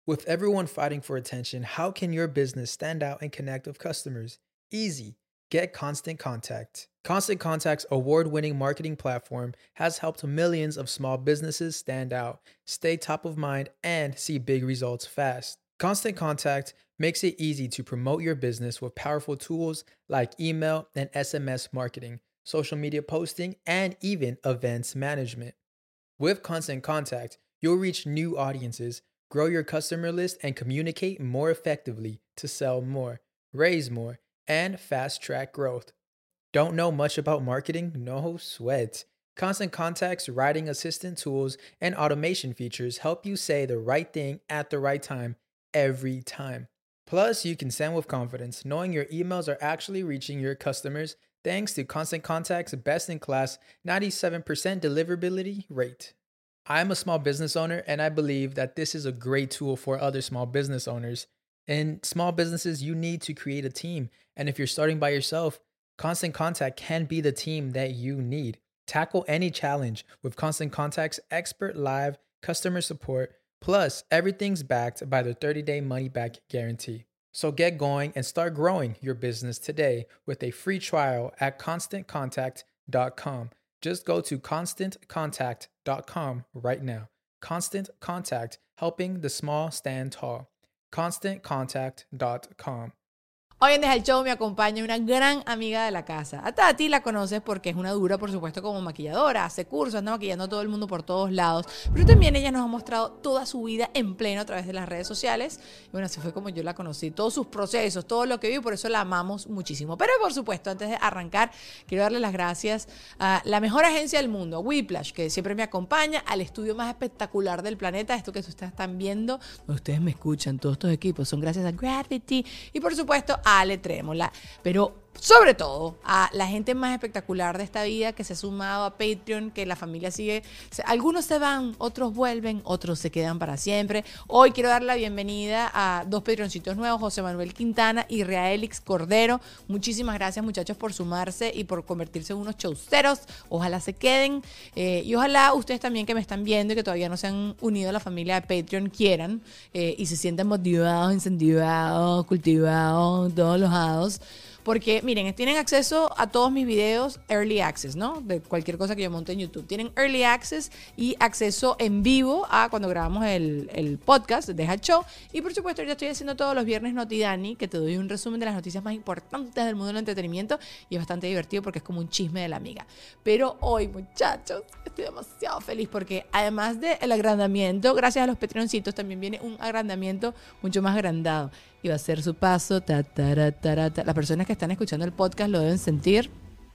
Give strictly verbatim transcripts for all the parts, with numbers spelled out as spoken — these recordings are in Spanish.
With everyone fighting for attention, how can your business stand out and connect with customers? Easy. Get Constant Contact. Constant Contact's award-winning marketing platform has helped millions of small businesses stand out, stay top of mind, and see big results fast. Constant Contact makes it easy to promote your business with powerful tools like email and S M S marketing, social media posting, and even events management. With Constant Contact, you'll reach new audiences, grow your customer list, and communicate more effectively to sell more, raise more, and fast-track growth. Don't know much about marketing? No sweat. Constant Contact's writing assistant tools and automation features help you say the right thing at the right time every time. Plus, you can send with confidence, knowing your emails are actually reaching your customers thanks to Constant Contact's best-in-class ninety-seven percent deliverability rate. I'm a small business owner, and I believe that this is a great tool for other small business owners. In small businesses, you need to create a team, and if you're starting by yourself, Constant Contact can be the team that you need. Tackle any challenge with Constant Contact's expert live customer support, plus everything's backed by the thirty-day money-back guarantee. So get going and start growing your business today with a free trial at constant contact dot com. Just go to constant contact dot com right now. Constant Contact, helping the small stand tall. constant contact dot com. Hoy en Deja el Show me acompaña una gran amiga de la casa. A Tati la conoces porque es una dura, por supuesto, como maquilladora, hace cursos, anda maquillando a todo el mundo por todos lados, pero también ella nos ha mostrado toda su vida en pleno a través de las redes sociales. Y bueno, así fue como yo la conocí, todos sus procesos, todo lo que vi, por eso la amamos muchísimo. Pero por supuesto, antes de arrancar, quiero darle las gracias a la mejor agencia del mundo, Whiplash, que siempre me acompaña, al estudio más espectacular del planeta, esto que ustedes están viendo, donde ustedes me escuchan, todos estos equipos son gracias a Gravity, y por supuesto a Ale Trémola, pero sobre todo a la gente más espectacular de esta vida que se ha sumado a Patreon, que la familia sigue, algunos se van, otros vuelven, otros se quedan para siempre. Hoy quiero dar la bienvenida a dos Patreoncitos nuevos, José Manuel Quintana y Reaelix Cordero. Muchísimas gracias, muchachos, por sumarse y por convertirse en unos showceros. Ojalá se queden, eh, y ojalá ustedes también que me están viendo y que todavía no se han unido a la familia de Patreon quieran, eh, y se sientan motivados, incentivados, cultivados, todos los lados. Porque, miren, tienen acceso a todos mis videos Early Access, ¿no? De cualquier cosa que yo monte en YouTube. Tienen Early Access y acceso en vivo a cuando grabamos el, el podcast de Deja el Show. Y, por supuesto, ya estoy haciendo todos los viernes Notidani, que te doy un resumen de las noticias más importantes del mundo del entretenimiento. Y es bastante divertido porque es como un chisme de la amiga. Pero hoy, muchachos, estoy demasiado feliz porque además del agrandamiento, gracias a los Patreoncitos, también viene un agrandamiento mucho más agrandado. Y va a ser su paso. Ta, ta, ta, ta. Las personas que están escuchando el podcast lo deben sentir.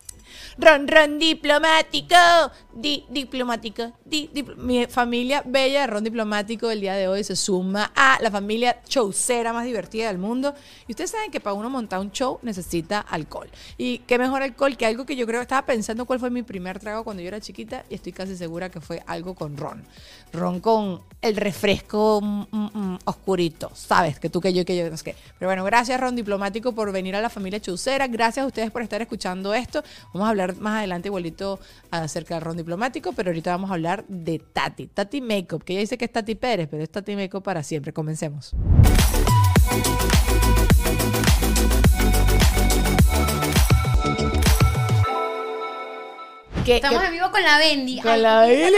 Ron, ron diplomático. Di, diplomático. Di, dipl- Mi familia bella de Ron Diplomático el día de hoy se suma a la familia showcera más divertida del mundo. Y ustedes saben que para uno montar un show necesita alcohol. Y qué mejor alcohol que algo que yo creo, estaba pensando cuál fue mi primer trago cuando yo era chiquita y estoy casi segura que fue algo con ron. Ron con el refresco mm, mm, oscurito, ¿sabes? Que tú, que yo, que yo, no sé qué. Pero bueno, gracias Ron Diplomático por venir a la familia showcera. Gracias a ustedes por estar escuchando esto. Vamos a hablar más adelante igualito acerca del Ron Diplomático, pero ahorita vamos a hablar de Tati, Tati Makeup, que ella dice que es Tati Pérez, pero es Tati Makeup para siempre. Comencemos. Que, Estamos que, en vivo con la Bendy. Con Ay, la Bendy.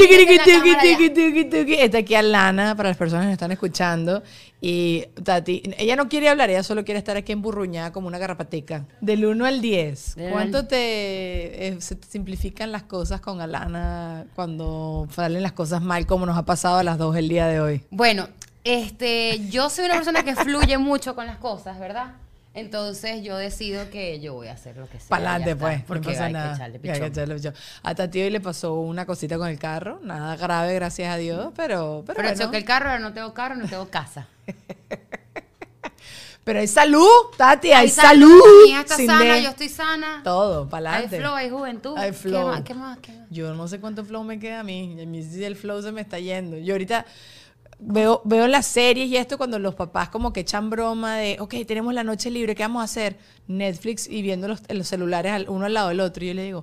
Está aquí Alana, para las personas que están escuchando. Y Tati, ella no quiere hablar, ella solo quiere estar aquí emburruñada como una garrapateca. Del uno al diez, ¿cuánto te, eh, se te simplifican las cosas con Alana cuando salen las cosas mal, como nos ha pasado a las dos el día de hoy? Bueno, este, yo soy una persona que fluye mucho con las cosas, ¿verdad? Entonces yo decido que yo voy a hacer lo que sea. Para adelante, pues, porque no pasa hay nada. que echarle pichón. Hay que echarle pichón. A Tati hoy le pasó una cosita con el carro, nada grave, gracias a Dios, pero... Pero, pero bueno. choqué el carro, ahora no tengo carro, no tengo casa. Pero hay salud, Tati, hay, hay salud. salud. Mi hija está sana, de... yo estoy sana. Todo, para adelante. Hay flow, hay juventud. Hay flow. ¿Qué más, qué más, qué más? Yo no sé cuánto flow me queda a mí. A mí sí el flow se me está yendo. Yo ahorita... Veo, veo las series y esto cuando los papás como que echan broma de, ok, tenemos la noche libre, ¿qué vamos a hacer? Netflix y viendo los, los celulares uno al lado del otro. Y yo le digo,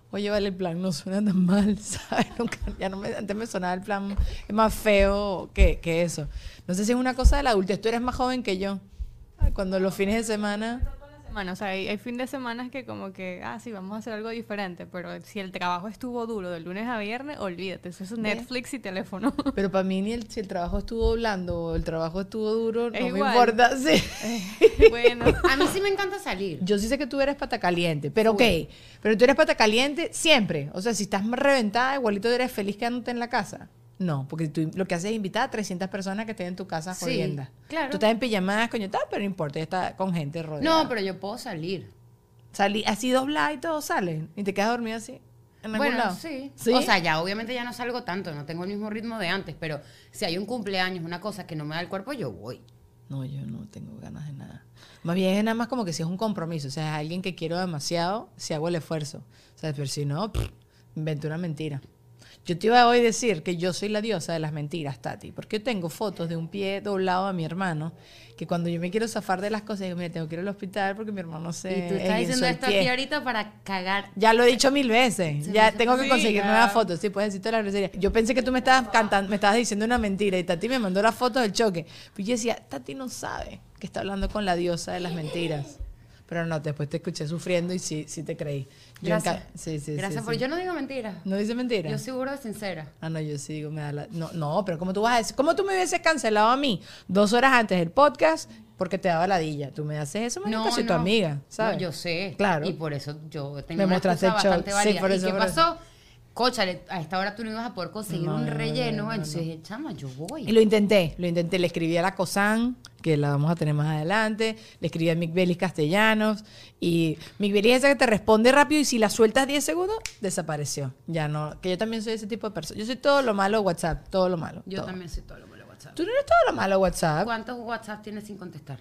Oye, vale, el plan no suena tan mal, ¿sabes? Nunca, ya no me, antes me sonaba el plan es más feo que, que eso. No sé si es una cosa de la adultez. Tú eres más joven que yo. Cuando los fines de semana... Bueno, o sea, hay, hay fin de semana que como que, ah, sí, vamos a hacer algo diferente, pero si el trabajo estuvo duro de lunes a viernes, olvídate, eso es Netflix y teléfono. Pero para mí ni el, si el trabajo estuvo blando o el trabajo estuvo duro, no Es me igual. importa. Sí. Bueno, A mí sí me encanta salir. Yo sí sé que tú eres pata caliente, pero ok, pero tú eres pata caliente siempre. O sea, si estás reventada, igualito eres feliz quedándote en la casa. No, porque tú lo que haces es invitar a trescientas personas que estén en tu casa Sí, jodiendo. claro. Tú estás en pijamadas, coño, tal, pero no importa, ya está con gente rodeada. No, pero yo puedo salir. Salí así doblada y todo sale. Y te quedas dormida así, en algún Bueno, lado. sí. ¿Sí? O sea, ya obviamente ya no salgo tanto, no tengo el mismo ritmo de antes, pero si hay un cumpleaños, una cosa que no me da el cuerpo, yo voy. No, yo no tengo ganas de nada. Más bien es nada más como que si es un compromiso. O sea, es alguien que quiero demasiado, si hago el esfuerzo. O sea, pero si no, pff, invento una mentira. Yo te iba a hoy decir que yo soy la diosa de las mentiras, Tati, porque yo tengo fotos de un pie doblado a mi hermano, que cuando yo me quiero zafar de las cosas, digo, mira, tengo que ir al hospital porque mi hermano se Y tú estás esguinzó diciendo el esto pie. aquí ahorita para cagar. Ya lo he dicho mil veces. Se Ya me tengo que sí, conseguir ya. nuevas fotos. Sí, puedes decir toda la grosería. Yo pensé que tú me estabas cantando, me estabas diciendo una mentira y Tati me mandó la foto del choque. Pero yo decía, Tati no sabe que está hablando con la diosa de las mentiras. Pero no, después te escuché sufriendo y sí, sí te creí. Yo Gracias. enca- Sí, sí, Gracias sí, por... sí. Yo no digo mentiras. ¿No dice mentira? Yo seguro de sincera. Ah, no, yo sí digo, me da la... No, no, pero ¿cómo tú vas a decir? ¿Cómo tú me hubieses cancelado a mí dos horas antes del podcast porque te daba ladilla? Tú me haces eso, me No, soy tu no. amiga, ¿sabes? No, yo sé. Claro. Y por eso yo tengo Me una mostraste excusa el shock. bastante Sí, válida. por ¿Y eso, qué por eso. pasó? Cóchale, a esta hora tú no ibas a poder conseguir No, un no, no, relleno. no, no, Entonces no. dije, chama, yo voy. Y lo intenté, lo intenté. Le escribí a la COSAN, que la vamos a tener más adelante. Le escribí a Mick Bellis Castellanos. Y Mick Bellis es esa que te responde rápido y si la sueltas diez segundos, desapareció. Ya no, que yo también soy ese tipo de persona. Yo soy todo lo malo de WhatsApp, todo lo malo. Yo todo. también soy todo lo malo de WhatsApp. Tú no eres todo lo malo de WhatsApp. ¿Cuántos WhatsApp tienes sin contestar?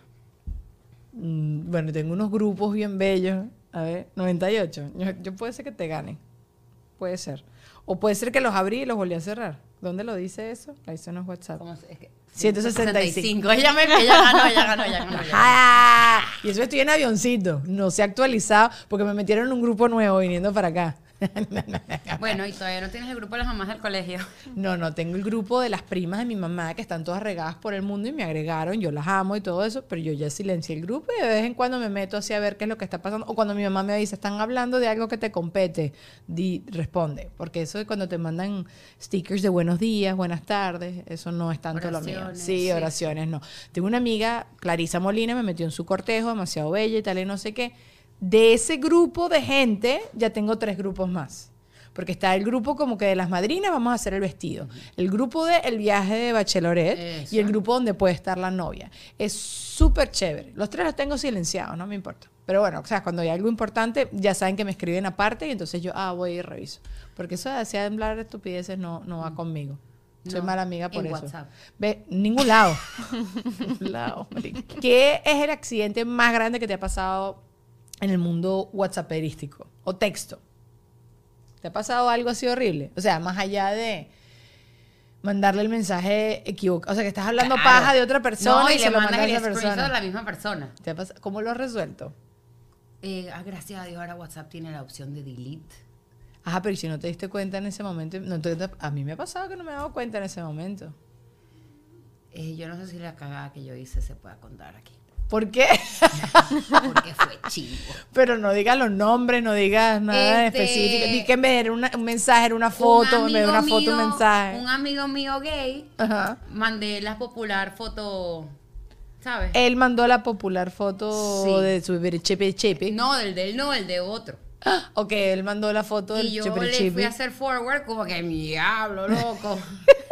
Mm, bueno, tengo unos grupos bien bellos. A ver, noventa y ocho. Yo, yo puede ser que te ganen. Puede ser. O puede ser que los abrí y los volví a cerrar. ¿Dónde lo dice eso? Ahí son los WhatsApp. ¿Cómo se- es que- ciento sesenta y cinco. Ella, me, ella ganó, ella ganó, ella ganó. ella ganó. ¡Ah! Y eso estoy en avioncito. No se ha actualizado porque me metieron en un grupo nuevo viniendo para acá. Bueno, y todavía no tienes el grupo de las mamás del colegio. No, no, tengo el grupo de las primas de mi mamá que están todas regadas por el mundo y me agregaron, yo las amo y todo eso, pero yo ya silencié el grupo y de vez en cuando me meto así a ver qué es lo que está pasando. O cuando mi mamá me dice, están hablando de algo que te compete, di, responde. Porque eso de cuando te mandan stickers de buenos días, buenas tardes, eso no es tanto lo mío. Oraciones, Sí, sí. oraciones, no. Tengo una amiga, Clarisa Molina, me metió en su cortejo, demasiado bella y tal y no sé qué. De ese grupo de gente, ya tengo tres grupos más. Porque está el grupo como que de las madrinas, vamos a hacer el vestido. El grupo de el viaje de bachelorette Eso. y el grupo donde puede estar la novia. Es súper chévere. Los tres los tengo silenciados, no me importa. Pero bueno, o sea, cuando hay algo importante, ya saben que me escriben aparte y entonces yo, ah, voy y reviso. Porque eso de hacer hablar estupideces no, no va conmigo. Soy No, mala amiga por en eso. WhatsApp. Ve, ningún lado. Ningún lado, marica. ¿Qué es el accidente más grande que te ha pasado en el mundo whatsapperístico o texto? ¿Te ha pasado algo así horrible? O sea, más allá de mandarle el mensaje equivocado. O sea, que estás hablando Claro. paja de otra persona No, y, y se le lo mandas mandas a el esa screenshot persona. a la misma persona. ¿Te ha pasado? ¿Cómo lo has resuelto? Eh, ah, gracias a Dios, ahora WhatsApp tiene la opción de delete. Ajá, pero ¿y si no te diste cuenta en ese momento? No te- a mí me ha pasado que no me he dado cuenta en ese momento. Eh, yo no sé si la cagada que yo hice se pueda contar aquí. ¿Por qué? Porque fue chingo. Pero no digas los nombres, no digas nada Este- específico. Di que en vez de una- un mensaje, era una foto, en vez de una amigo foto, un mío- mensaje. Un amigo mío gay, Ajá. mandé la popular foto, ¿sabes? Él mandó la popular foto Sí. de su chepe chepe. No, del de él no, el de otro. Ok, él mandó la foto del Y yo chepe le chepe. fui a hacer forward como que diablo, loco.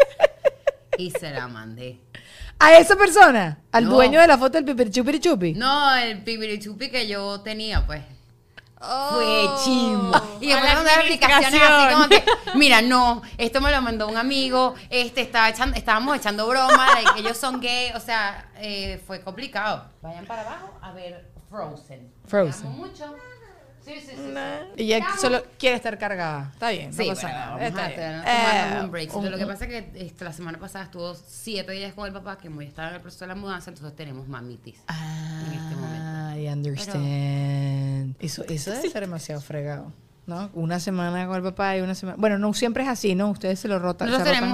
Y se la mandé. ¿A esa persona? ¿Al No. dueño de la foto del pipirichupi chupi? No, el pipirichupi que yo tenía, pues. Oh. Fue chimbo. Y A después la mandé explicaciones así como administración. que, mira, no, esto me lo mandó un amigo, este estaba echando, estábamos echando broma de que ellos son gay, o sea, eh, fue complicado. Vayan para abajo a ver Frozen. Frozen. Te amo mucho. Sí, sí, sí. sí. Y ella solo quiere estar cargada. Está bien, Sí, no pasa bueno, nada. vamos Está a bien. tener- tomarnos Eh, un break. un- Lo que pasa es que este, la semana pasada estuvo siete días con el papá, que muy estaba en el proceso de la mudanza, entonces tenemos mamitis. Ah, en este momento. I understand. Eso, eso debe ser demasiado fregado. ¿no? Una semana con el papá y una semana... Bueno, no siempre es así, ¿no? Ustedes se lo rotan. Nosotros se rotan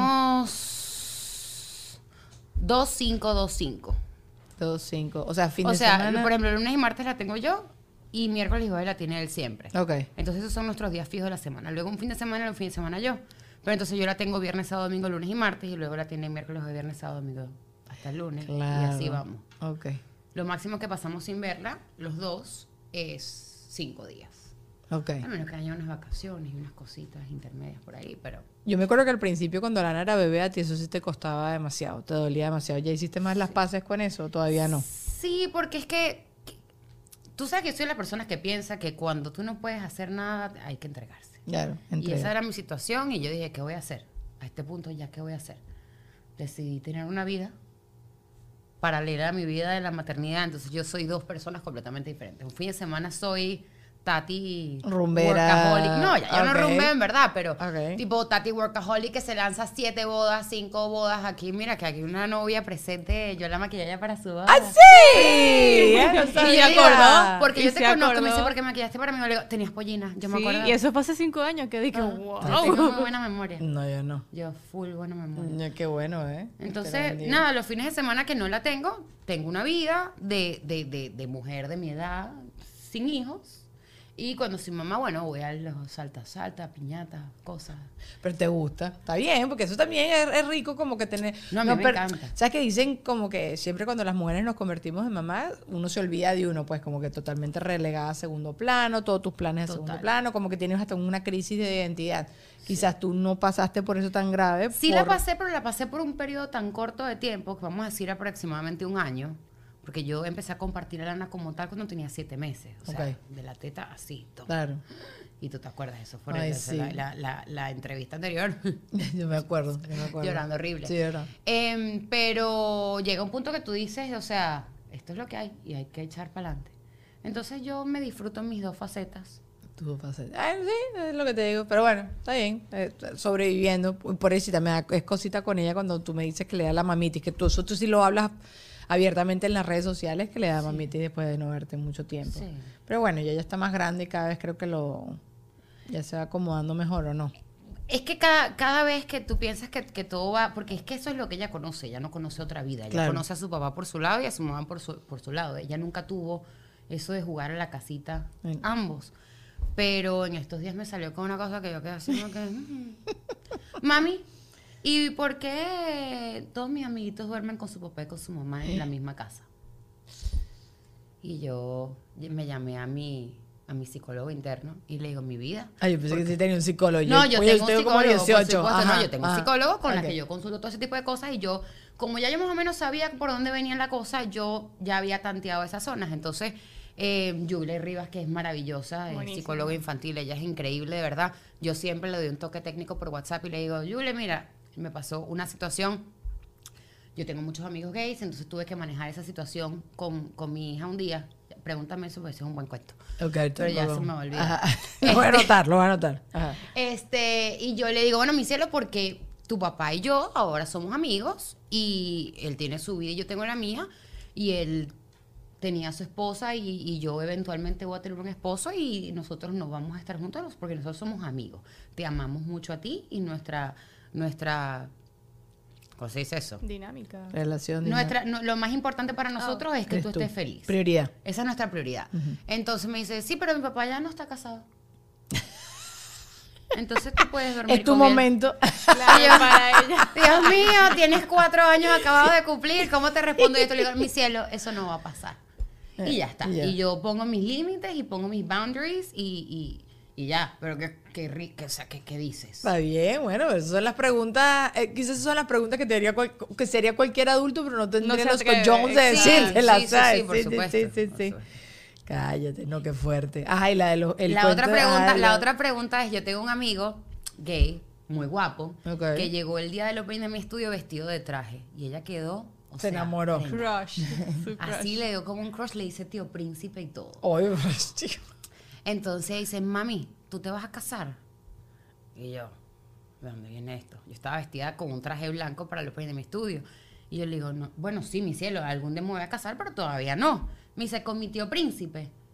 tenemos dos, cinco, dos, cinco. dos, cinco. O sea, fin O de sea, semana. por ejemplo, lunes y martes la tengo yo y miércoles y jueves la tiene él siempre. Ok. Entonces esos son nuestros días fijos de la semana. Luego un fin de semana y un fin de semana yo. Pero entonces yo la tengo viernes, sábado, domingo, lunes y martes y luego la tiene miércoles, jueves, viernes, sábado, domingo hasta el lunes. Claro. Y así vamos. Ok. Lo máximo que pasamos sin verla, los dos, es cinco días. Ok. A menos que haya unas vacaciones y unas cositas intermedias por ahí, pero... Yo me acuerdo que al principio cuando Lana era bebé a ti eso sí te costaba demasiado, te dolía demasiado. ¿Ya hiciste más las paces con eso o todavía no? Sí, porque es que, que- tú sabes que yo soy la persona que piensa que cuando tú no puedes hacer nada, hay que entregarse. Claro, Y entre... esa era mi situación y yo dije, ¿qué voy a hacer? A este punto ya, ¿qué voy a hacer? Decidí tener una vida paralela a mi vida de la maternidad, entonces yo soy dos personas completamente diferentes. Un fin de semana soy Tati Rumbera. workaholic. No, ya yo no Ok. rumbeo en verdad, pero Ok. tipo Tati workaholic que se lanza siete bodas, cinco bodas. Aquí, mira, que aquí una novia presente, yo la maquillé ya para su boda. ¡Ah, sí! Ya no Y sabía. yo le digo, acordó. porque Y yo te se conozco, me acordó. dice, ¿por qué maquillaste para mí? Yo le digo, tenías pollina, yo me Sí, acuerdo. y eso fue hace cinco años que dije, Ah, wow. yo tengo muy buena memoria. No, yo no. Yo full buena memoria. Ya, qué bueno, ¿eh? Te la Entonces, bendiga. nada, los fines de semana que no la tengo, tengo una vida de, de, de, de mujer de mi edad, sin hijos. Y cuando soy mamá, bueno, voy a los salta, salta, piñatas, cosas. Pero te gusta. Está bien, porque eso también es, es rico como que tener... No, a mí me per- encanta. ¿Sabes que dicen como que siempre cuando las mujeres nos convertimos en mamás, uno se olvida de uno, pues como que totalmente relegada a segundo plano, todos tus planes a Total. segundo plano, como que tienes hasta una crisis de identidad. Quizás tú no pasaste por eso tan grave. Sí por- la pasé, pero la pasé por un periodo tan corto de tiempo, que vamos a decir aproximadamente un año, porque yo empecé a compartir a Lana como tal cuando tenía siete meses. O sea, Ok. de la teta así, todo. Claro. Y tú te acuerdas, eso fue Ay, el- sí. la, la, la, la entrevista anterior. Yo me acuerdo, yo me acuerdo. Llorando horrible. Sí, llorando. Em, pero llega un punto que tú dices, o sea, esto es lo que hay y hay que echar para adelante. Entonces yo me disfruto en mis dos facetas. Tú pasas. Ay, sí, es lo que te digo. Pero bueno, está bien. eh, sobreviviendo. Por eso sí, también es cosita con ella cuando tú me dices que le da la mamitis. Que tú, eso tú sí lo hablas abiertamente en las redes sociales, que le da mamitis después de no verte mucho tiempo. Sí. Pero bueno, ella ya está más grande y cada vez creo que lo... Ya se va acomodando mejor, ¿o no? Es que cada, cada vez que tú piensas que, que todo va, porque es que eso es lo que ella conoce, ella no conoce otra vida, ella Claro. conoce a su papá por su lado y a su mamá por su, por su lado. Ella nunca tuvo eso de jugar a la casita Sí. ambos. Pero en estos días me salió con una cosa que yo quedé así como que... mm. Mami, ¿y por qué todos mis amiguitos duermen con su papá y con su mamá en la misma casa? Y yo me llamé a mi, a mi psicólogo interno y le digo, mi vida. Ay, yo pensé que sí tenía un psicólogo. No, yo oye, tengo un tengo como psicólogo, por dieciocho. supuesto, Ajá, no, yo tengo un ajá. psicólogo con la Ok. que yo consulto todo ese tipo de cosas y yo, como ya yo más o menos sabía por dónde venía la cosa, yo ya había tanteado esas zonas. Entonces, eh, Julia Rivas, que es maravillosa, es Buenísimo. psicóloga infantil, ella es increíble, de verdad. Yo siempre le doy un toque técnico por WhatsApp y le digo, Julia, mira, me pasó una situación. Yo tengo muchos amigos gays, entonces tuve que manejar esa situación con, con mi hija un día. Pregúntame eso, porque ese es un buen cuento. Ok, Pero ya perdón. se me olvidó. Ajá. Lo voy a anotar, lo voy a anotar. Ajá. Este, y yo le digo, bueno, mi cielo, porque tu papá y yo ahora somos amigos y él tiene su vida y yo tengo la mía y él tenía a su esposa y, y yo eventualmente voy a tener un esposo y nosotros no vamos a estar juntos porque nosotros somos amigos. Te amamos mucho a ti y nuestra, nuestra, ¿cómo se dice eso? Dinámica. Relación. Nuestra, no, lo más importante para nosotros es que Eres tú tú. estés feliz. Prioridad. Esa es nuestra prioridad. Entonces me dice, sí, pero mi papá ya no está casado. Entonces tú puedes dormir Es tu con él. momento. Claro, para ella. Dios mío, tienes cuatro años acabado de cumplir. ¿Cómo te respondo? Y yo te digo, mi cielo, eso no va a pasar. Y ya está. y ya. Y yo pongo mis límites y pongo mis boundaries y, y, y ya. Pero ¿qué, qué, ri- qué, o sea, ¿qué, qué dices? Está bien, bueno, esas son las preguntas, eh, quizás esas son las preguntas que, te haría cual- que sería cualquier adulto, pero no tendría se los atreve. cojones de Sí, decírtelas, sí, sí, ¿sabes? sí, por supuesto, sí, sí, por sí. supuesto. Cállate, no, qué fuerte. Ajá, y la de los... el La cuento otra de- pregunta, ah, la otra pregunta es, yo tengo un amigo gay, muy guapo, Ok. que llegó el día del opening de mi estudio vestido de traje. Y ella quedó, o Se sea, enamoró. prendida. Crush. Su crush. Así le dio como un crush, le dice tío príncipe y todo. Oye, tío. Entonces dice, mami, ¿tú te vas a casar? Y yo, ¿de dónde viene esto? Yo estaba vestida con un traje blanco para el opening de mi estudio. Y yo le digo, no, bueno, sí, mi cielo, algún día me voy a casar, pero todavía no. Me dice, con mi tío príncipe.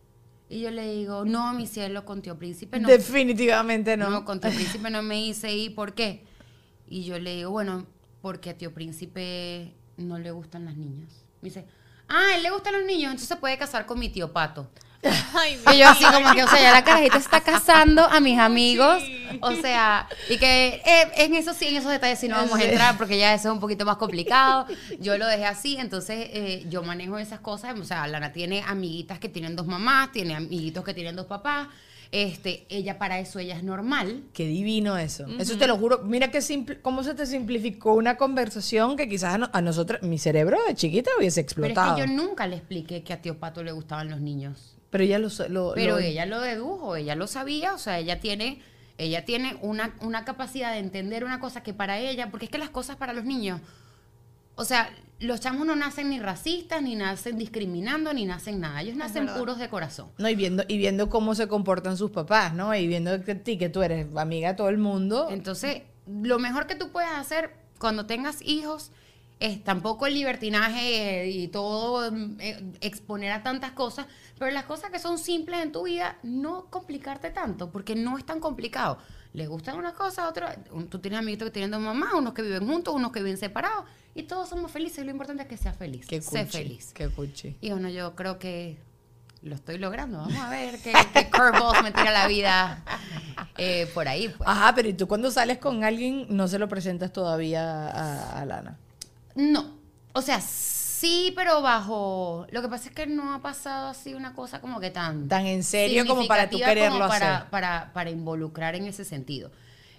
Y yo le digo, no, mi cielo, con tío Príncipe no. Definitivamente no. No, con tío Príncipe no me hice ir, ¿por qué? Y yo le digo, bueno, porque a tío Príncipe no le gustan las niñas. Me dice, ah, a él le gustan los niños, entonces se puede casar con mi tío Pato. Ay, Y yo así como que, o sea, ya la carajita está casando a mis amigos, o sea, y que eh, en eso sí, en esos detalles sí no vamos a entrar porque ya eso es un poquito más complicado. Yo lo dejé así, entonces eh, yo manejo esas cosas, o sea, Lana tiene amiguitas que tienen dos mamás, tiene amiguitos que tienen dos papás, este, ella para eso, ella es normal. Qué divino eso. Uh-huh. Eso te lo juro. Mira que simple, cómo se te simplificó una conversación que quizás a, no, a nosotros, mi cerebro de chiquita hubiese explotado. Pero es que yo nunca le expliqué que a tío Pato le gustaban los niños. Pero ella lo, lo Pero lo... ella lo dedujo, ella lo sabía, o sea, ella tiene, ella tiene una, una capacidad de entender una cosa que para ella, porque es que las cosas para los niños, o sea, los chamos no nacen ni racistas, ni nacen discriminando, ni nacen nada, ellos nacen puros de corazón. No, y viendo, y viendo cómo se comportan sus papás, ¿no? Y viendo que ti, que tú eres amiga de todo el mundo. Entonces, lo mejor que tú puedes hacer cuando tengas hijos es tampoco el libertinaje eh, y todo, eh, exponer a tantas cosas, pero las cosas que son simples en tu vida, no complicarte tanto, porque no es tan complicado. Les gustan unas cosas, otras. Tú tienes amiguitos que tienen dos mamás, unos que viven juntos, unos que viven separados, y todos somos felices. Lo importante es que seas feliz. Qué sé cuchi, feliz. Qué cuchi. Y bueno, yo creo que lo estoy logrando. Vamos a ver qué, qué curveballs me tira la vida eh, por ahí. Pues. Ajá, pero ¿y tú cuando sales con alguien no se lo presentas todavía a, a Lana? No, o sea, sí, pero bajo... Lo que pasa es que no ha pasado así una cosa como que tan... Tan en serio como para tú quererlo como para, hacer. Para, para involucrar en ese sentido.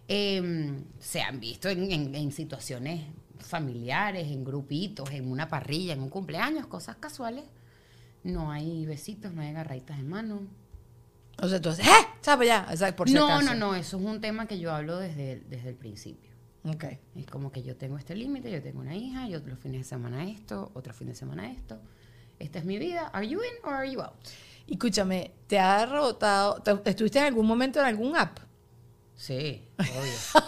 Eh, se han visto en, en, en situaciones familiares, en grupitos, en una parrilla, en un cumpleaños, cosas casuales. No hay besitos, no hay agarraditas de mano. O sea, tú haces, ¡eh! ¿Sabes ya? O sea, por si no, acaso. no, no, eso es un tema que yo hablo desde, desde el principio. Okay. Es como que yo tengo este límite, yo tengo una hija, yo los fines de semana esto, otro fin de semana esto. Esta es mi vida. ¿Are you in or are you out? Y escúchame, ¿te ha rebotado? te- ¿Estuviste en algún momento en algún app? Sí, obvio.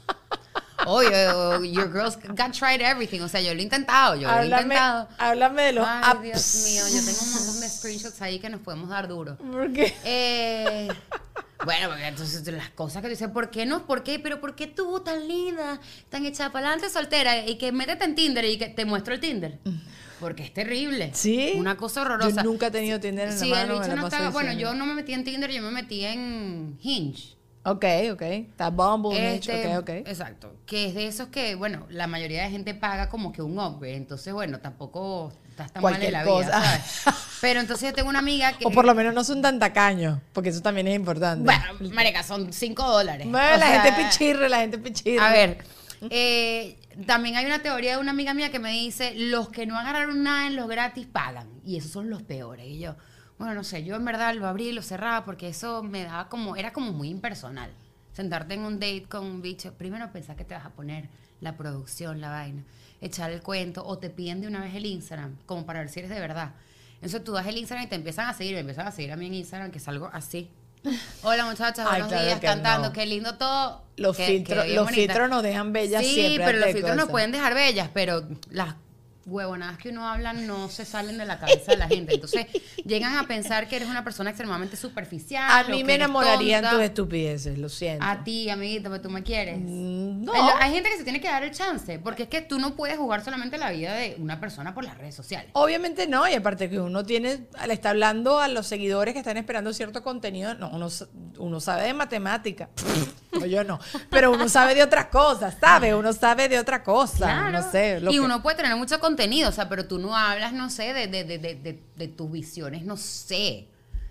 Obvio, your girls got tried everything. O sea, yo lo he intentado, yo lo he Háblame, intentado. háblame de los Ay, apps. Dios mío, yo tengo un montón de screenshots ahí que nos podemos dar duro. ¿Por qué? Eh, bueno, porque entonces las cosas que tú dices, ¿por qué no? ¿Por qué? Pero ¿por qué tú tan linda, tan echada para adelante, soltera, y que métete en Tinder y que te muestro el Tinder? Porque es terrible. ¿Sí? Una cosa horrorosa. Yo nunca he tenido Tinder en la Sí, mano. el me bicho la no paso estaba... Bueno, diciendo. yo no me metí en Tinder, yo me metí en Hinge. Ok, ok. Está Bumble, Hinge, Este, ok, ok. Exacto. Que es de esos que, bueno, la mayoría de gente paga como que un upgrade. Entonces, bueno, tampoco estás tan mal en Cualquier la cosa. vida, ¿sabes? Pero entonces yo tengo una amiga que... O por lo menos no son tan tacaños, porque eso también es importante. Bueno, marica, son cinco dólares. Bueno, O la sea, gente pichirre, la gente pichirre. A ver, eh, también hay una teoría de una amiga mía que me dice, los que no agarraron nada en los gratis pagan. Y esos son los peores. Y yo, bueno, no sé, yo en verdad lo abrí y lo cerraba porque eso me daba como, era como muy impersonal. Sentarte en un date con un bicho, primero pensar que te vas a poner la producción, la vaina, echar el cuento, o te piden de una vez el Instagram, como para ver si eres de verdad. Entonces tú das el Instagram y te empiezan a seguir, me empiezan a seguir a mí en Instagram, que salgo así. Hola muchachas, Ay, buenos claro días, que cantando, no. qué lindo todo. Los qué- filtros, qué bien los bonita. filtros nos dejan bellas Sí, siempre. pero los hazte filtros nos cosa. pueden dejar bellas, pero las huevonadas que uno habla no se salen de la cabeza de la gente. Entonces llegan a pensar que eres una persona extremadamente superficial. A o mí que me eres enamorarían tonta. tus estupideces, lo siento. A ti, amiguita, pero tú me quieres. Mm, no. Hay, hay gente que se tiene que dar el chance, porque es que tú no puedes jugar solamente la vida de una persona por las redes sociales. Obviamente no, y aparte que uno tiene, le está hablando a los seguidores que están esperando cierto contenido, no, uno, uno sabe de matemática, no, yo no, pero uno sabe de otras cosas, ¿sabe? Uno sabe de otra cosa, Claro. no sé. Lo y que- uno puede tener mucho contenido, o sea, pero tú no hablas, no sé, de, de, de, de, de, de tus visiones, no sé.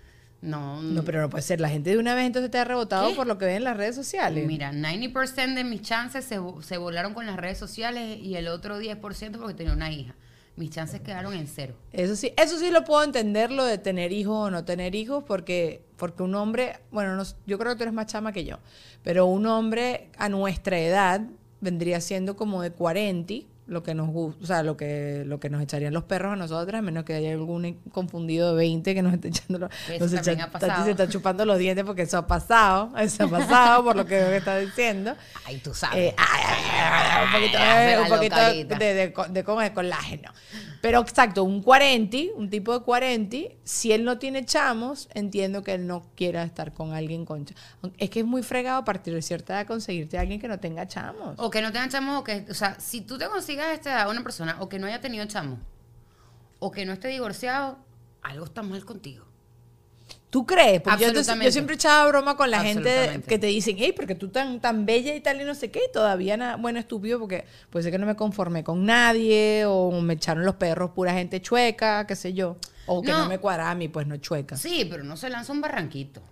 No, No, pero no puede ser, la gente de una vez entonces te ha rebotado ¿Qué? por lo que ven en las redes sociales. Mira, noventa por ciento de mis chances se, se volaron con las redes sociales y el otro diez por ciento porque tenía una hija. Mis chances quedaron en cero. Eso sí, eso sí lo puedo entender, lo de tener hijos o no tener hijos, porque, porque un hombre, bueno, no, yo creo que tú eres más chama que yo, pero un hombre a nuestra edad vendría siendo como de cuarenta, lo que nos gusta, o sea, lo que, lo que nos echarían los perros a nosotras, a menos que haya algún confundido de veinte que nos esté echando los, Eso nos también echa- ha pasado. Tati se está chupando los dientes porque eso ha pasado, eso ha pasado por lo que veo que está diciendo. Ay, tú sabes. Eh, ay, ay, ay, ay, un poquito, Ay, eh, un la poquito localita. de, de, de, de, ¿cómo es? Colágeno. Pero exacto, un cuarenta, un tipo de cuarenta, si él no tiene chamos, entiendo que él no quiera estar con alguien con chamos. Es que es muy fregado a partir de cierta edad conseguirte a alguien que no tenga chamos. O que no tengan chamos, o que, o sea, si tú te consigas a esta edad una persona, o que no haya tenido chamos, o que no esté divorciado, algo está mal contigo. ¿Tú crees? Porque yo, te- Absolutamente. yo siempre echaba broma con la gente Absolutamente. que te dicen, hey, porque tú tan, tan bella y tal y no sé qué, y todavía, na- bueno, estúpido, porque puede ser que no me conformé con nadie, o me echaron los perros pura gente chueca, qué sé yo. O que no, No. me cuadraba a mí, pues no chueca. Sí, pero no se lanza un barranquito.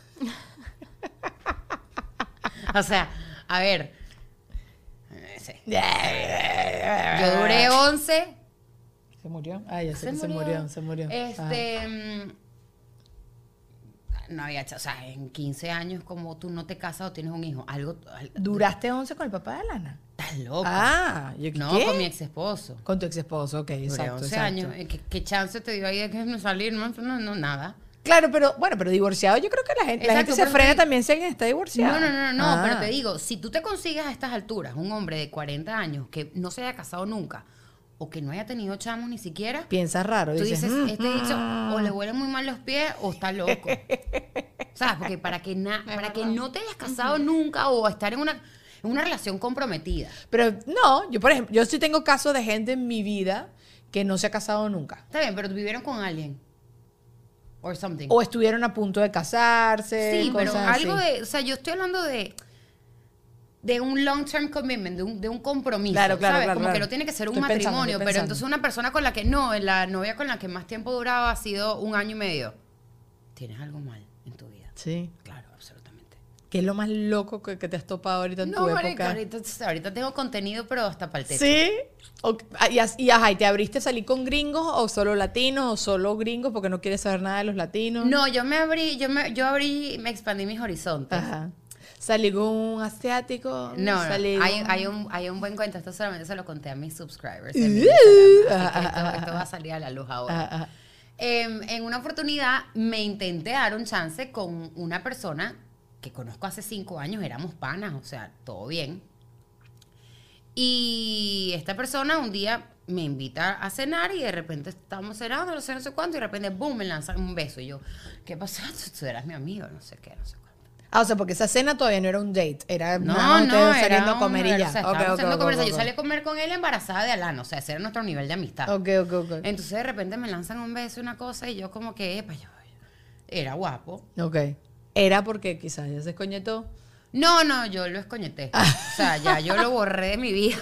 O sea, a ver. eh, sí. Yo duré once. ¿Se murió? Ah, ya sé Se que se murió. murió, se murió. Ajá. Este. mm, No había, hecho- o sea, en quince años, como tú no te casas o tienes un hijo, algo. al- ¿Duraste once con el papá de Lana? Estás loco. Ah, ¿yo no, qué? con mi ex esposo. Con tu ex esposo, ok, Duré exacto. once exacto. años. Eh, ¿Qué, qué chance te dio ahí de que no salir? No, no, no, nada. Claro, pero bueno, pero divorciado, yo creo que la gente, la Exacto, gente se pero frena te- también si alguien está divorciado. No, no, no, no, Ah. pero te digo, si tú te consigues a estas alturas un hombre de cuarenta años que no se haya casado nunca o que no haya tenido chamos ni siquiera, Piensas raro, tú dices, dices, "Mm, este dicho mm". o le huelen muy mal los pies o está loco. ¿Sabes? Porque para que, na- para que no te hayas casado nunca o estar en una, en una relación comprometida. Pero no, yo por ejemplo, yo sí tengo casos de gente en mi vida que no se ha casado nunca. Está bien, pero vivieron con alguien. Or something. O estuvieron a punto de casarse. Sí, pero cosas algo así. de, o sea, yo estoy hablando de de un long term commitment, de un, de un compromiso, Claro, claro, ¿sabes? claro, Como claro. que no tiene que ser un Estoy pensando, matrimonio, estoy pero pensando. entonces una persona con la que no, la novia con la que más tiempo duraba ha sido un año y medio. Tienes algo mal en tu vida. Sí. Claro, absolutamente. ¿Qué es lo más loco que, que te has topado ahorita en No, tu marica, época? ahorita, ahorita tengo contenido, pero hasta para el techo. Sí. O- ah, y, as- y ajá, ¿y te abriste a salir con gringos o solo latinos o solo gringos porque no quieres saber nada de los latinos? No, yo me abrí, yo me, yo abrí, me expandí mis horizontes. Ajá. Salí con un asiático. No, no, salí hay, con- hay, un, hay un buen cuento. Esto solamente se lo conté a mis subscribers. En mi Uh, Instagram, así ajá, que esto, ajá, esto ajá. va a salir a la luz ahora. Ajá, ajá. Em, en una oportunidad me intenté dar un chance con una persona que conozco hace cinco años, éramos panas, o sea, todo bien. Y esta persona un día me invita a cenar y de repente estamos cenando, no sé, no sé cuánto, y de repente, boom, me lanzan un beso. Y yo, ¿qué pasó? Tú, tú eras mi amigo, no sé qué, no sé cuánto. Ah, o sea, porque esa cena todavía no era un date, era No, más no, ustedes era saliendo a un- comer y era- ya. o sea, Ok, estábamos ok, haciendo ok, conversación. ok. Yo salí a comer con él embarazada de Alana, o sea, ese era nuestro nivel de amistad. Ok, ok, ok. Entonces de repente me lanzan un beso, una cosa, y yo como que, epa, yo, era guapo. Ok. Era porque quizás ya se escoñetó. No, no, yo lo escoñeté. O sea, ya yo lo borré de mi vida.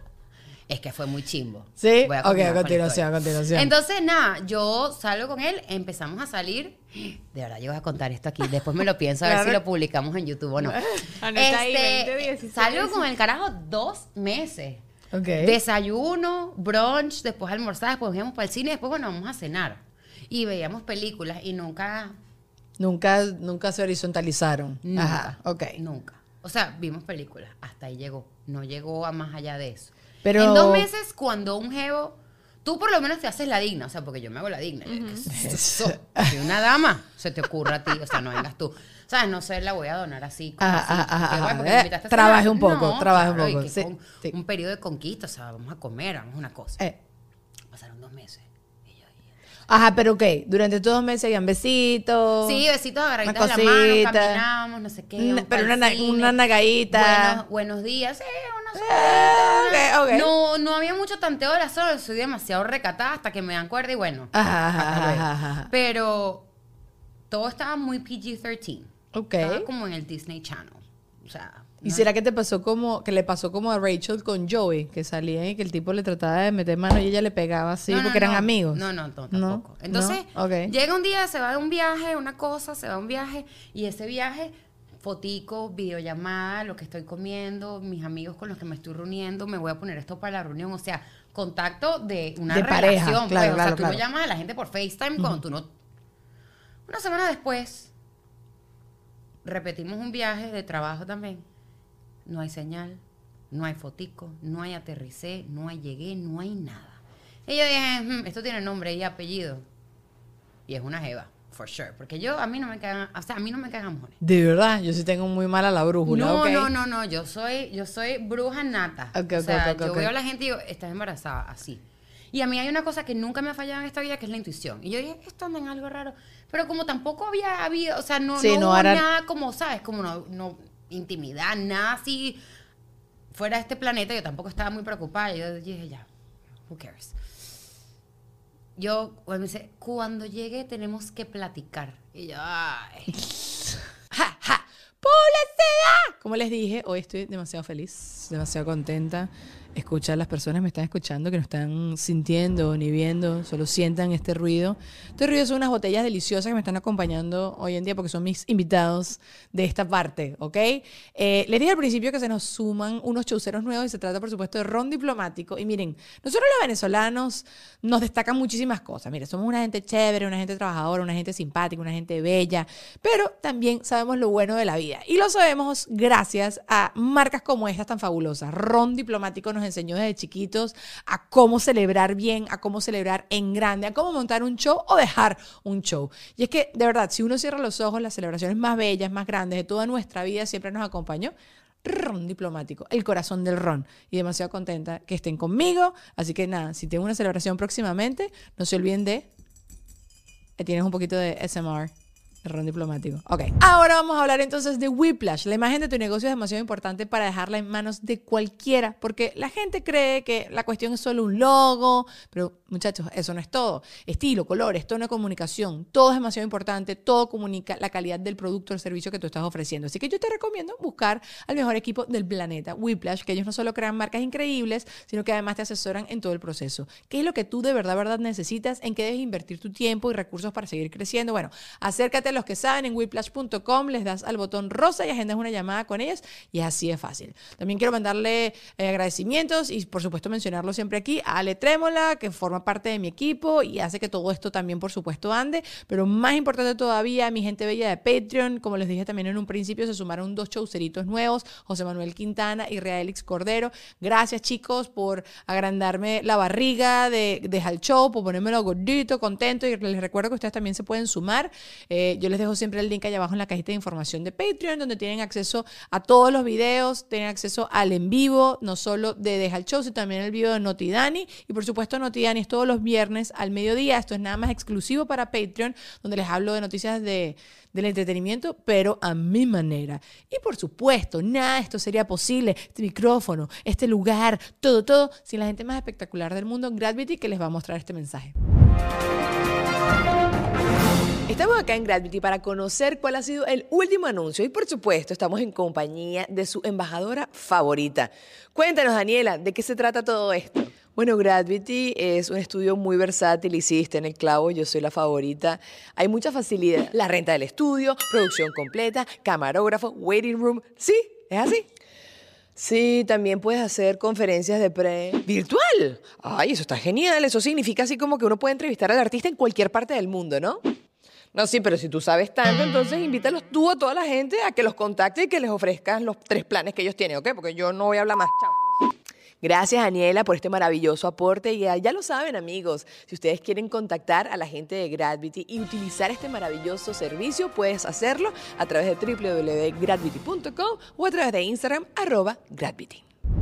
Es que fue muy chimbo. ¿Sí? Voy a Ok, continuar a con la continuación, historia. a continuación. Entonces, nada, yo salgo con él, empezamos a salir. De verdad, yo voy a contar esto aquí. Después me lo pienso a ver Claro. si lo publicamos en YouTube o no. Anota ahí, Este, veinte, dieciséis. salgo con el carajo dos meses. Ok. Desayuno, brunch, después almorzar, después íbamos para el cine, después, bueno, vamos a cenar. Y veíamos películas y nunca, Nunca, nunca se horizontalizaron. nunca, Ajá, ok. nunca. O sea, vimos películas, hasta ahí llegó. No llegó a más allá de eso. Pero- En dos meses, cuando un jevo, tú por lo menos te haces la digna, o sea, porque yo me hago la digna. Yo, ¿qué es eso? Soy una dama, se te ocurra a ti, o sea, no vengas tú. ¿Sabes? No sé, la voy a donar así. Como Ajá, así, ajá, que, ajá, bueno, porque eh, me invitaste a trabaje cenar. un poco, No, trabaje un claro, y poco, que sí, con sí. un periodo de conquista, o sea, vamos a comer, vamos a una cosa. Eh. Pasaron dos meses. Y yo ahí. Ajá, pero ok. Durante todos los meses habían besitos. Sí, besitos agarraditos una de la mano, cosita. caminábamos, no sé qué. Una- vamos pero pa'l una na- cine. una nagadita. Buenos, buenos días, sí, una Eh, sonrisa, ok, ok. No, no había mucho tanteo de las horas, soy demasiado recatada hasta que me dan cuerda y bueno. Ajá, ajá, hasta luego. ajá, ajá. Pero todo estaba muy P G trece. Ok. Estaba como en el Disney Channel. O sea. ¿Y no- será que te pasó como, que le pasó como a Rachel con Joey, que salía y que el tipo le trataba de meter mano y ella le pegaba así No, no, porque eran no. amigos? No, no, no, No, tampoco. Entonces, no, ok. llega un día, se va de un viaje, una cosa, se va de un viaje, y ese viaje, fotico, videollamada, lo que estoy comiendo, mis amigos con los que me estoy reuniendo, me voy a poner esto para la reunión, o sea, contacto de una De pareja, relación. claro, pues, o claro, sea, tú claro. no llamas a la gente por FaceTime cuando tú no. Una semana después, repetimos un viaje de trabajo también. No hay señal, no hay fotico, no hay aterricé, no hay llegué, no hay nada. Y yo dije, "Hmm, esto tiene nombre y apellido. Y es una jeva, for sure. Porque yo, a mí no me cagan, o sea, a mí no me cagan mujeres. De verdad, yo sí tengo muy mala la brújula. No, ok. no, no, no, yo soy, yo soy bruja nata. Ok, o ok, sea, ok, yo ok. veo a la gente y digo, estás embarazada, así. Y a mí hay una cosa que nunca me ha fallado en esta vida, que es la intuición. Y yo dije, esto anda en algo raro. Pero como tampoco había habido, o sea, no, Sí, no, no hubo era- nada como, ¿sabes? Como no, no, intimidad, nada así fuera de este planeta. Yo tampoco estaba muy preocupada. Yo dije, ya, who cares. Yo, bueno, me dice, cuando llegue tenemos que platicar. Y yo, ay. ¡Ja, ja! ¡Publicidad! Como les dije, hoy estoy demasiado feliz, demasiado contenta. Escuchar a las personas que me están escuchando, que no están sintiendo ni viendo, solo sientan este ruido. Este ruido son unas botellas deliciosas que me están acompañando hoy en día porque son mis invitados de esta parte, ¿ok? Eh, les dije al principio que se nos suman unos chauceros nuevos y se trata, por supuesto, de Ron Diplomático. Y miren, nosotros los venezolanos nos destacan muchísimas cosas. Miren, somos una gente chévere, una gente trabajadora, una gente simpática, una gente bella, pero también sabemos lo bueno de la vida. Y lo sabemos gracias a marcas como estas tan fabulosas. Ron Diplomático nos enseñó desde chiquitos a cómo celebrar bien, a cómo celebrar en grande, a cómo montar un show o dejar un show. Y es que, de verdad, si uno cierra los ojos, las celebraciones más bellas, más grandes de toda nuestra vida siempre nos acompañó Ron Diplomático, el corazón del ron. Y demasiado contenta que estén conmigo. Así que nada, si tienen una celebración próximamente, no se olviden de... Tienes un poquito de A S M R. Ron Diplomático. Ok. Ahora vamos a hablar entonces de Whiplash. La imagen de tu negocio es demasiado importante para dejarla en manos de cualquiera, porque la gente cree que la cuestión es solo un logo, pero muchachos, eso no es todo. Estilo, colores, tono de comunicación, todo es demasiado importante, todo comunica la calidad del producto o el servicio que tú estás ofreciendo. Así que yo te recomiendo buscar al mejor equipo del planeta, Whiplash, que ellos no solo crean marcas increíbles, sino que además te asesoran en todo el proceso. ¿Qué es lo que tú de verdad, verdad necesitas? ¿En qué debes invertir tu tiempo y recursos para seguir creciendo? Bueno, acércate a los que saben en whiplash punto com, les das al botón rosa y agendas una llamada con ellos y así es fácil. También quiero mandarle eh, agradecimientos y por supuesto mencionarlo siempre aquí a Ale Trémola, que forma parte de mi equipo y hace que todo esto también por supuesto ande, pero más importante todavía, mi gente bella de Patreon, como les dije también en un principio, se sumaron dos chauceritos nuevos, José Manuel Quintana y Realix Cordero. Gracias chicos por agrandarme la barriga de, de al show, por ponérmelo gordito, contento, y les recuerdo que ustedes también se pueden sumar. Eh, yo les dejo siempre el link allá abajo en la cajita de información de Patreon, donde tienen acceso a todos los videos, tienen acceso al en vivo, no solo de Deja el Show, sino también el video de Noti Dani. Y por supuesto, Noti Dani es todos los viernes al mediodía. Esto es nada más exclusivo para Patreon, donde les hablo de noticias de, del entretenimiento, pero a mi manera. Y por supuesto, nada de esto sería posible, este micrófono, este lugar, todo, todo, sin la gente más espectacular del mundo, Gravity, que les va a mostrar este mensaje. Estamos acá en Gravity para conocer cuál ha sido el último anuncio y por supuesto estamos en compañía de su embajadora favorita. Cuéntanos, Daniela, ¿de qué se trata todo esto? Bueno, Gravity es un estudio muy versátil, hiciste en el clavo, yo soy la favorita. Hay mucha facilidad. La renta del estudio, producción completa, camarógrafo, waiting room. ¿Sí? ¿Es así? Sí, también puedes hacer conferencias de pre... ¿Virtual? Ay, eso está genial. Eso significa así como que uno puede entrevistar al artista en cualquier parte del mundo, ¿no? No, sí, pero si tú sabes tanto, entonces invítalos tú a toda la gente a que los contacte y que les ofrezcas los tres planes que ellos tienen, ¿ok? Porque yo no voy a hablar más. Chao. Gracias, Daniela, por este maravilloso aporte. Y ya, ya lo saben, amigos, si ustedes quieren contactar a la gente de Gravity y utilizar este maravilloso servicio, puedes hacerlo a través de doble u doble u doble u punto gravity punto com o a través de Instagram, arroba Gravity.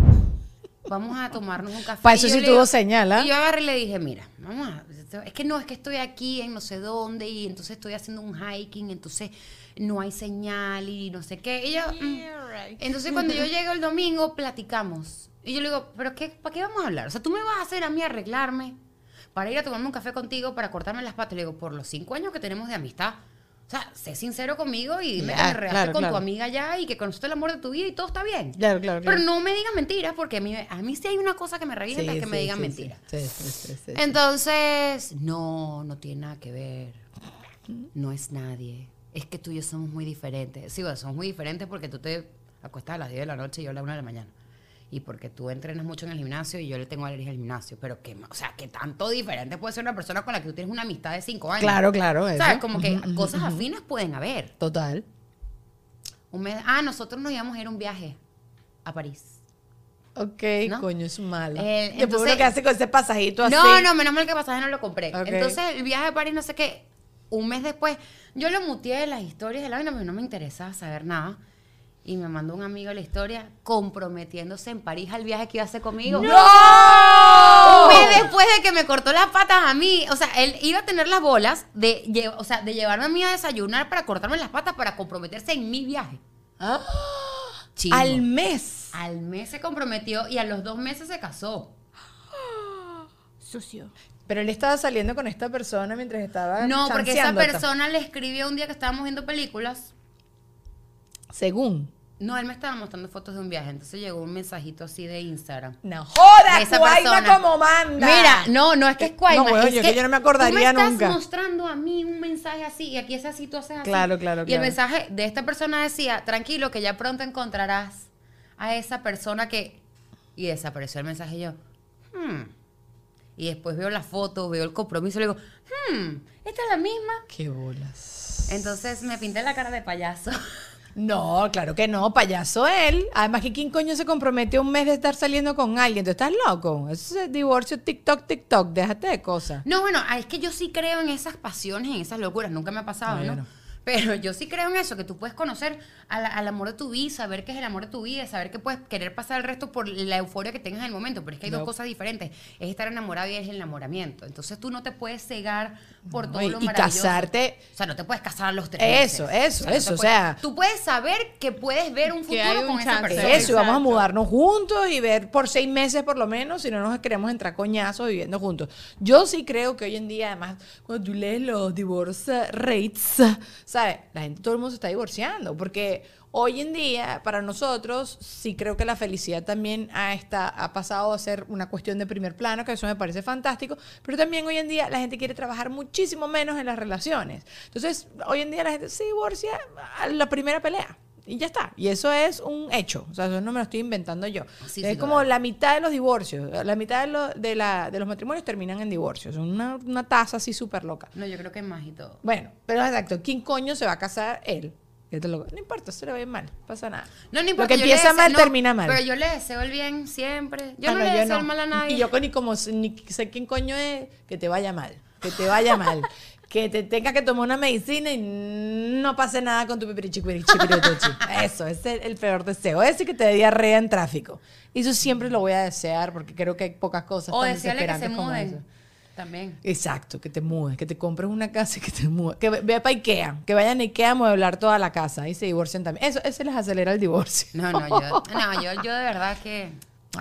Vamos a tomarnos un café. Para eso Y yo sí le tuvo digo- señal, ¿ah? Y yo agarré y le dije, mira, vamos a... Es que no, es que estoy aquí en no sé dónde y entonces estoy haciendo un hiking, entonces no hay señal y no sé qué. Y yo, mm. Entonces cuando yo llego el domingo, platicamos. Y yo le digo, ¿pero qué, para qué vamos a hablar? O sea, tú me vas a hacer a mí arreglarme para ir a tomarme un café contigo, para cortarme las patas. Le digo, por los cinco años que tenemos de amistad. O sea, sé sincero conmigo y dime Ya, que me regaste claro, con claro. tu amiga ya y que conociste el amor de tu vida y todo está bien. Claro, claro, claro. Pero no me digas mentiras porque a mí, a mí sí hay una cosa que me revienta, es que me digan sí, mentiras. Sí, sí, sí, sí, sí. Entonces, no, no tiene nada que ver. No es nadie. Es que tú y yo somos muy diferentes. Sí, bueno, somos muy diferentes porque tú te acuestas a las diez de la noche y yo a la una de la mañana. Y porque tú entrenas mucho en el gimnasio y yo le tengo alergia al gimnasio. Pero que, o sea, que tanto diferente puede ser una persona con la que tú tienes una amistad de cinco años. Claro, claro. Eso. ¿Sabes? Como que Ujú, ujú, cosas ujú. afines pueden haber. Total. Un mes, ah, nosotros nos íbamos a ir a un viaje a París. Ok, ¿No? coño, es malo. Eh, Después entonces- uno que hace con ese pasajito así. No, no, menos mal que el pasaje no lo compré. Ok. Entonces, el viaje a París, no sé qué, un mes después, yo lo muteé de las historias de la vaina, pero no me interesaba saber nada. Y me mandó un amigo la historia comprometiéndose en París al viaje que iba a hacer conmigo. ¡No! Un mes fue después de que me cortó las patas a mí. O sea, él iba a tener las bolas de, lle- o sea, de llevarme a mí a desayunar para cortarme las patas para comprometerse en mi viaje. Ah, Chivo. al mes. Al mes se comprometió y a los dos meses se casó. Sucio. Pero él estaba saliendo con esta persona mientras estaba No, porque esa chanceando. persona le escribió un día que estábamos viendo películas. Según. No, él me estaba mostrando fotos de un viaje. Entonces llegó un mensajito así de Instagram. No joda, De esa Cuaima persona. como manda. Mira, no, no es que es Cuaima. No, bueno, es yo que yo no me acordaría tú me nunca. estás mostrando a mí un mensaje así y aquí es así, tú haces así. Claro, claro, Y claro. el mensaje de esta persona decía, tranquilo, que ya pronto encontrarás a esa persona que... Y desapareció el mensaje y yo, hmm. Y después veo la foto, veo el compromiso y le digo, hmm, ¿esta es la misma? Qué bolas. Entonces me pinté la cara de payaso. No, claro que no, payaso él. Además, que ¿quién coño se compromete un mes de estar saliendo con alguien? ¿Tú estás loco? Eso es divorcio TikTok, TikTok. Déjate de cosas. No, bueno, es que yo sí creo en esas pasiones, en esas locuras. Nunca me ha pasado, No, yo ¿no? no. Pero yo sí creo en eso, que tú puedes conocer al, al amor de tu vida, saber qué es el amor de tu vida, saber que puedes querer pasar el resto por la euforia que tengas en el momento. Pero es que hay No. dos cosas diferentes. Es estar enamorado y es el enamoramiento. Entonces tú no te puedes cegar por No, todo y- lo y maravilloso. casarte- O sea, no te puedes casar a los tres Eso, meses. eso, no te eso, o puedes- sea- Tú puedes saber que puedes ver un Que hay futuro un con esa chance. persona. Eso, y vamos a Exacto. mudarnos juntos y ver por seis meses por lo menos, si no nos queremos entrar coñazos viviendo juntos. Yo sí creo que hoy en día, además, cuando tú lees los divorce rates, ¿sabes? La gente, todo el mundo se está divorciando, porque hoy en día, para nosotros, sí creo que la felicidad también ha, esta- ha pasado a ser una cuestión de primer plano, que eso me parece fantástico, pero también hoy en día la gente quiere trabajar muchísimo menos en las relaciones. Entonces, hoy en día la gente se divorcia a la primera pelea. Y ya está. Y eso es un hecho. O sea, eso no me lo estoy inventando yo. Sí, es sí, como claro. la mitad de los divorcios. La mitad de, lo- de, la, de los matrimonios terminan en divorcios. Son una, una tasa así súper loca. No, yo creo que es más y todo. Bueno, pero exacto. ¿Quién coño se va a casar? Él. Este loco. No importa, se le va a ir mal. No pasa nada. No, no Lo importa. que yo le empieza deseo- mal no, termina mal. Pero yo le deseo el bien siempre. Yo Ah, no, no, le yo deseo no. el mal a nadie. Y yo ni como ni sé quién coño es, que te vaya mal. Que te vaya mal. Que te tengas que tomar una medicina y no pase nada con tu pipirichiquirichiquirituchi. Eso, ese es el peor deseo. Ese que te dé diarrea en tráfico. Y eso siempre lo voy a desear porque creo que hay pocas cosas O tan decirle que se desesperantes como eso. muden. También. Exacto, que te mudes, que te compres una casa y que te mudes. Que ve- vea para Ikea, que vayan a Ikea a mueblar toda la casa y se divorcien también. Eso, eso les acelera el divorcio. No, no, yo, no, yo, yo de verdad que...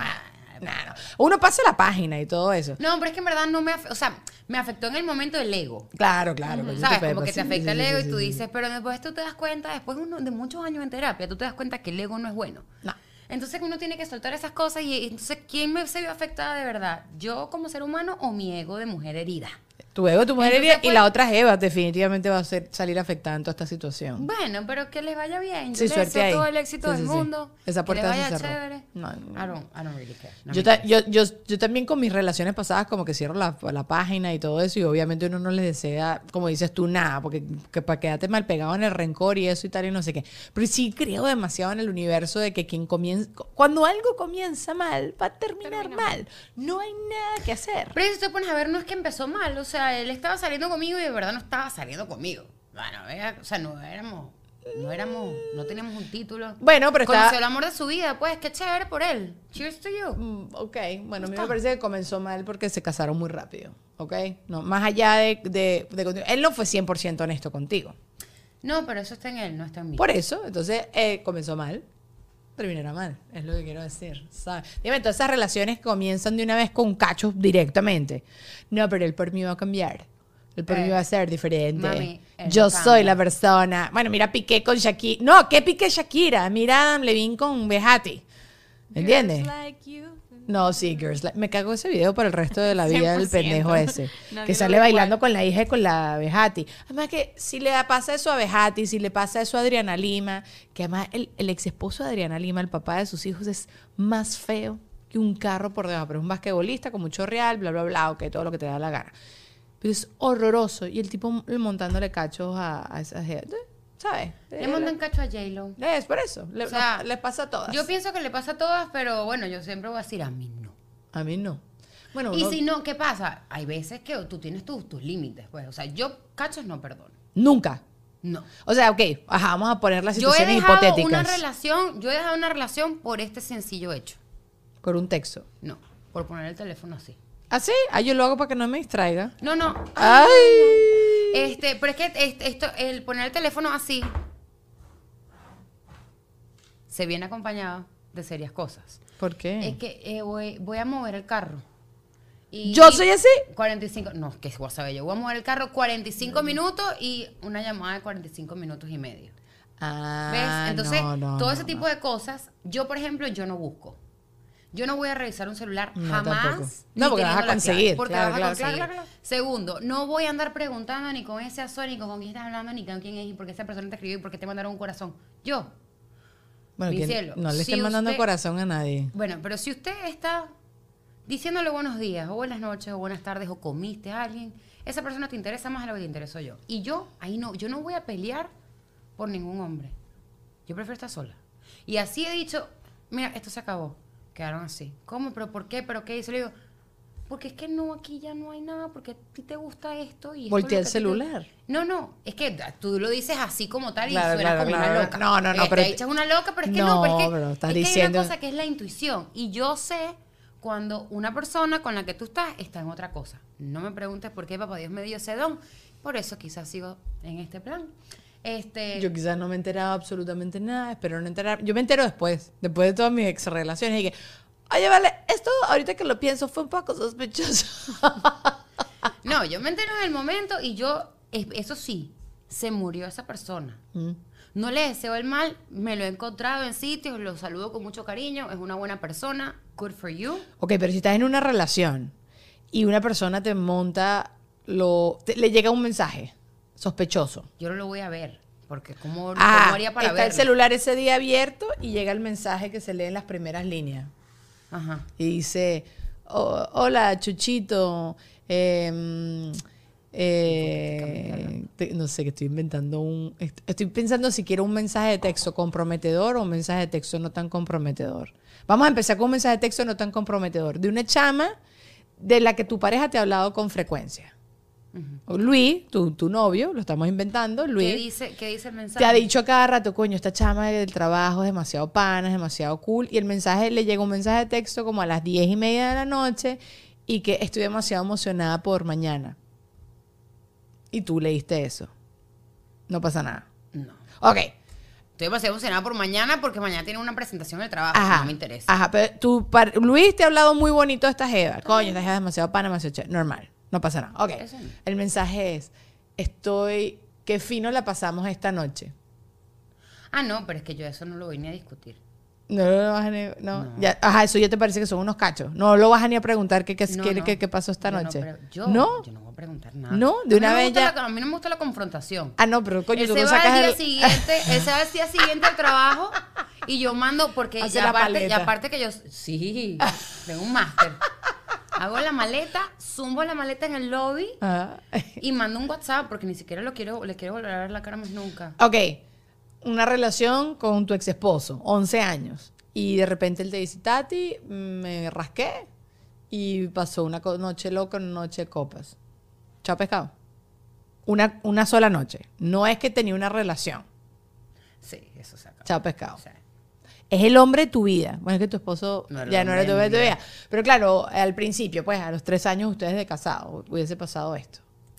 No, no. Uno pasa la página y todo eso. No, pero es que en verdad no me... af- O sea, me afectó en el momento el ego. Claro, claro. pues, ¿Sabes? yo te Como que pepo, te sí, afecta sí, el sí, ego sí, y tú sí, sí. dices, pero después tú te das cuenta, después uno- de muchos años en terapia, tú te das cuenta que el ego no es bueno. No. Entonces uno tiene que soltar esas cosas y entonces, ¿quién me se vio afectada de verdad? ¿Yo como ser humano o mi ego de mujer herida? Tu ego, tu mujer Entonces, herida, y pues- la otra es Eva, definitivamente va a ser, salir afectada en toda esta situación. Bueno, pero que les vaya bien. Yo Sí, les suerte deseo ahí. todo el éxito Sí, del sí, sí. mundo. Esa que puerta les se vaya cerró. chévere. No, no. I don't, I don't really care. No Yo, me ta- interesa. yo, yo, yo también con mis relaciones pasadas como que cierro la, la página y todo eso y obviamente uno no les desea, como dices tú, nada, porque que para quedarte mal pegado en el rencor y eso y tal y no sé qué. Pero sí creo demasiado en el universo de que quien comienza, cuando algo comienza mal, va a terminar mal. No hay nada que hacer. Pero si te pones a ver, no es que empezó mal. O sea, él estaba saliendo conmigo y de verdad no estaba saliendo conmigo. Bueno, era- o sea, no éramos, no éramos, no teníamos un título. Bueno, pero Conoció está... el amor de su vida, pues, qué chévere por él. Cheers to you. Mm, ok, bueno, a mí me parece que comenzó mal porque se casaron muy rápido, ¿ok? No, más allá de, de, de continu- Él no fue cien por ciento honesto contigo. No, pero eso está en él, no está en mí. Por eso, entonces, eh, comenzó mal, terminará mal, es lo que quiero decir, ¿sabes? Dime, todas esas relaciones comienzan de una vez con cachos directamente. No, pero el por mí va a cambiar. El por Eh, mí va a ser diferente. mami, él Yo no soy cambia. la persona. Bueno, mira Piqué con Shakira. No, ¿qué Piqué Shakira? Mira Adam Levine con Bejati. ¿Me entiendes? Girls like you. No, sí, Girls. Like- Me cago ese video para el resto de la vida del cien por ciento. pendejo ese. Nadie Que lo sale ve bailando igual. con la hija y con la Bejati. Además que si le pasa eso a Bejati, si le pasa eso a Adriana Lima, que además el, el ex esposo de Adriana Lima, el papá de sus hijos, es más feo que un carro por debajo. Pero es un basquetbolista con mucho real, bla, bla, bla, ok, todo lo que te da la gana. Pero es horroroso. Y el tipo montándole cachos a, a esa gente, ¿sabes? Le mandan cacho a J-Lo. Es por eso. Le, O sea, no- les pasa a todas. Yo pienso que le pasa a todas, pero bueno, yo siempre voy a decir a mí no. A mí no. Bueno, Y uno- si no, ¿qué pasa? Hay veces que tú tienes tus, tus límites, pues. O sea, yo cachos no perdono. nunca. No. O sea, ok, ajá, vamos a poner las Yo he situaciones dejado hipotéticas. una relación, yo he dejado una relación por este sencillo hecho. Por un texto. No, por poner el teléfono así. ¿Ah, sí? Ah, yo lo hago para que no me distraiga. No, no. ¡Ay! Este, pero es que este- esto, el poner el teléfono así se viene acompañado de serias cosas. ¿Por qué? Es que eh, voy, voy a mover el carro. Y ¿Yo soy así? cuarenta y cinco, no, que es WhatsApp, yo voy a mover el carro cuarenta y cinco minutos y una llamada de cuarenta y cinco minutos y medio. Ah, ¿Ves? Entonces, no, no, todo no, ese tipo no. de cosas, yo, por ejemplo, yo no busco. Yo no voy a revisar un celular No, jamás. tampoco. ni No, porque vas a teniendo la clave, conseguir, porque claro, vas a claro, conseguir. claro, claro, claro. Segundo, no voy a andar preguntando ni con ese azor, ni con quién estás hablando, ni con quién es, y por qué esa persona te escribió, y por qué te mandaron un corazón. Yo. Bueno, Mi que cielo, no le si estén mandando usted- corazón a nadie. Bueno, pero si usted está diciéndole buenos días, o buenas noches, o buenas tardes, o comiste a alguien, esa persona te interesa más de lo que te intereso yo. Y yo, ahí no, yo no voy a pelear por ningún hombre. Yo prefiero estar sola. Y así he dicho, mira, esto se acabó. Quedaron así. ¿Cómo? ¿Pero por qué? ¿Pero qué? Y se le digo, porque es que no, aquí ya no hay nada, porque a ti te gusta esto y esto Voltea es el lo que a ti te- celular. No, no, es que tú lo dices así como tal y Claro, suena claro, como claro. una loca. No, no, no, Eh, pero- Te echas una loca, pero es que No, no, pero es que, pero estás es que hay diciendo- una cosa que es la intuición. Y yo sé cuando una persona con la que tú estás está en otra cosa. No me preguntes por qué papá Dios me dio ese don. Por eso quizás sigo en este plan. Este, Yo quizás no me he enterado absolutamente nada, espero no enterar. Yo me entero después, después de todas mis ex relaciones y que, oye, vale, esto ahorita que lo pienso fue un poco sospechoso. No, yo me entero en el momento y yo, es- eso sí, se murió esa persona. Mm. No le deseo el mal, me lo he encontrado en sitios, lo saludo con mucho cariño, es una buena persona, good for you. Ok, pero si estás en una relación y una persona te monta, lo, te- le llega un mensaje sospechoso. Yo no lo voy a ver, porque ¿cómo, Ah, cómo haría para está verlo? el celular ese día abierto y llega el mensaje que se lee en las primeras líneas. Ajá. Y dice, "Oh, hola, Chuchito, eh, eh, te- no sé, que estoy inventando un... est- Estoy pensando si quiero un mensaje de texto comprometedor o un mensaje de texto no tan comprometedor. Vamos a empezar con un mensaje de texto no tan comprometedor. De una chama de la que tu pareja te ha hablado con frecuencia. Luis, tu, tu novio, lo estamos inventando, Luis. ¿Qué dice, ¿Qué dice el mensaje? Te ha dicho a cada rato, coño, esta chama del trabajo es demasiado pana, es demasiado cool. Y el mensaje, le llega un mensaje de texto como a las diez y media de la noche y que estoy demasiado emocionada por mañana. Y tú leíste eso. No pasa nada. No. Ok. Estoy demasiado emocionada por mañana porque mañana tiene una presentación en el trabajo. Ajá. No me interesa. Ajá, pero tu par- Luis te ha hablado muy bonito de esta jeva. Coño, esta jeva es demasiado pana, demasiado chévere. Normal. No pasa nada. Ok. Eso no. El mensaje es, estoy... Qué fino la pasamos esta noche. Ah, no, pero es que yo eso no lo voy ni a discutir. No lo vas a ni, no. No. Ya, ajá, eso ya te parece que son unos cachos. No lo vas a ni a preguntar qué, qué, No, qué- no. qué- qué pasó esta Yo no noche. pre- yo, ¿No? yo no voy a preguntar nada. No, de A mí una no me vez gusta ya- la- a mí no me gusta la confrontación. Ah, no, pero coño, Él tú se no va sacas al día el... siguiente, él se va al día siguiente al trabajo y yo mando, porque Hace y la aparte, y maleta. aparte que yo, sí, tengo un máster. Hago la maleta, zumbo la maleta en el lobby Ah. y mando un WhatsApp porque ni siquiera lo quiero, le quiero volver a ver la cara más nunca. Ok, una relación con tu ex esposo, once años. Y de repente él te dice, Tati, me rasqué y pasó una co- noche loca, una noche de copas. Chao pescado. Una, una sola noche. No es que tenía una relación. Sí, eso se acabó. Chao pescado. O sea, Es el hombre de tu vida. Bueno, es que tu esposo No era el ya no era hombre tu de hombre de mi tu vida. vida. Pero claro, al principio, pues a los tres años ustedes de casado, hubiese pasado esto.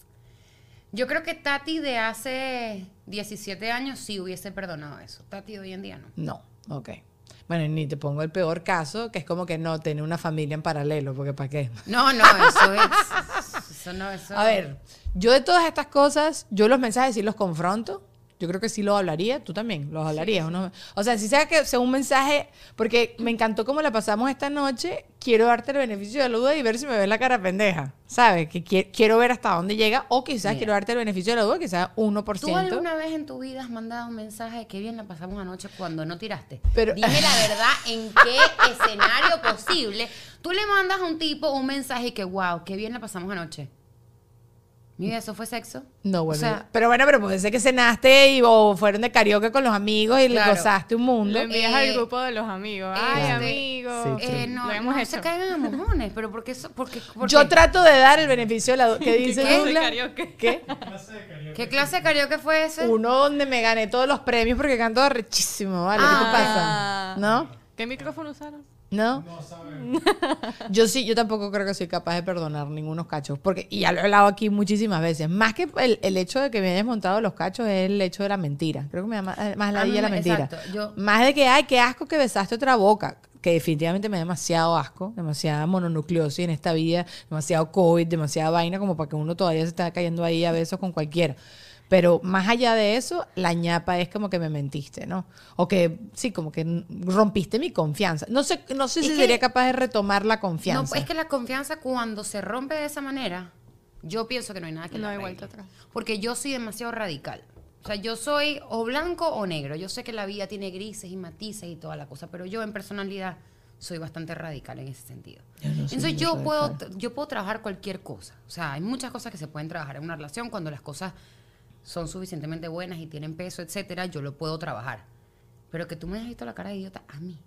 yo creo que Tati de hace diecisiete años sí hubiese perdonado eso. Tati de hoy en día no. No, ok. Bueno, y ni te pongo el peor caso, que es como que no, tener una familia en paralelo, porque ¿para qué? No, no, eso es. Eso no, eso. A ver, yo de todas estas cosas, yo los mensajes sí los confronto. Yo creo que sí los hablaría. Tú también los hablarías. ¿O no? O sea, si sea que sea un mensaje, porque me encantó cómo la pasamos esta noche, quiero darte el beneficio de la duda y ver si me ves la cara pendeja. ¿Sabes? Que qui- quiero ver hasta dónde llega, o quizás Mira. quiero darte el beneficio de la duda, quizás uno por ¿Tú ciento. alguna vez en tu vida has mandado un mensaje de qué bien la pasamos anoche cuando no tiraste? Pero- Dime la verdad, ¿en qué escenario posible tú le mandas a un tipo un mensaje y que, wow, qué bien la pasamos anoche? Mira, ¿eso fue sexo? No, bueno. O sea, pero bueno, pero puede ser que cenaste y, o fueron de karaoke con los amigos y Claro. le gozaste un mundo. Lo envías Eh, al grupo de los amigos. Ay, este, amigos. Sí, eh, no, Lo hemos no hecho. se caigan a mojones, pero ¿por qué eso? ¿Por qué- por Yo qué? trato de dar el beneficio de la duda. ¿Qué dice clase de Douglas? karaoke? ¿Qué? ¿Qué clase de karaoke fue ese? Uno donde me gané todos los premios porque canto arrechísimo, ¿vale? ¿Qué te Ah. pasa? ¿No? ¿Qué micrófono usaron? ¿No? Yo sí, yo tampoco creo que soy capaz de perdonar ningunos cachos. Porque, y ya lo he hablado aquí muchísimas veces. Más que el, el hecho de que me hayas montado los cachos es el hecho de la mentira. Creo que me da más, más A mí ladilla la me- mentira. exacto, yo- Más de que, ay, qué asco que besaste otra boca. Que definitivamente me da demasiado asco, demasiada mononucleosis en esta vida, demasiado COVID, demasiada vaina como para que uno todavía se esté cayendo ahí a besos con cualquiera. Pero más allá de eso, la ñapa es como que me mentiste, ¿no? O que, sí, como que rompiste mi confianza. No sé, no sé Es si que- sería capaz de retomar la No, confianza. es que la confianza cuando se rompe de esa manera, yo pienso que no hay nada que No la hay arregle. vuelta atrás. Porque yo soy demasiado radical. O sea, yo soy o blanco o negro. Yo sé que la vida tiene grises y matices y toda la cosa, pero yo en personalidad soy bastante radical en ese sentido. Yo no soy Entonces muy yo puedo, radical. yo puedo trabajar cualquier cosa. O sea, hay muchas cosas que se pueden trabajar en una relación cuando las cosas son suficientemente buenas y tienen peso, etcétera, yo lo puedo trabajar. Pero que tú me hayas visto la cara de idiota a mí.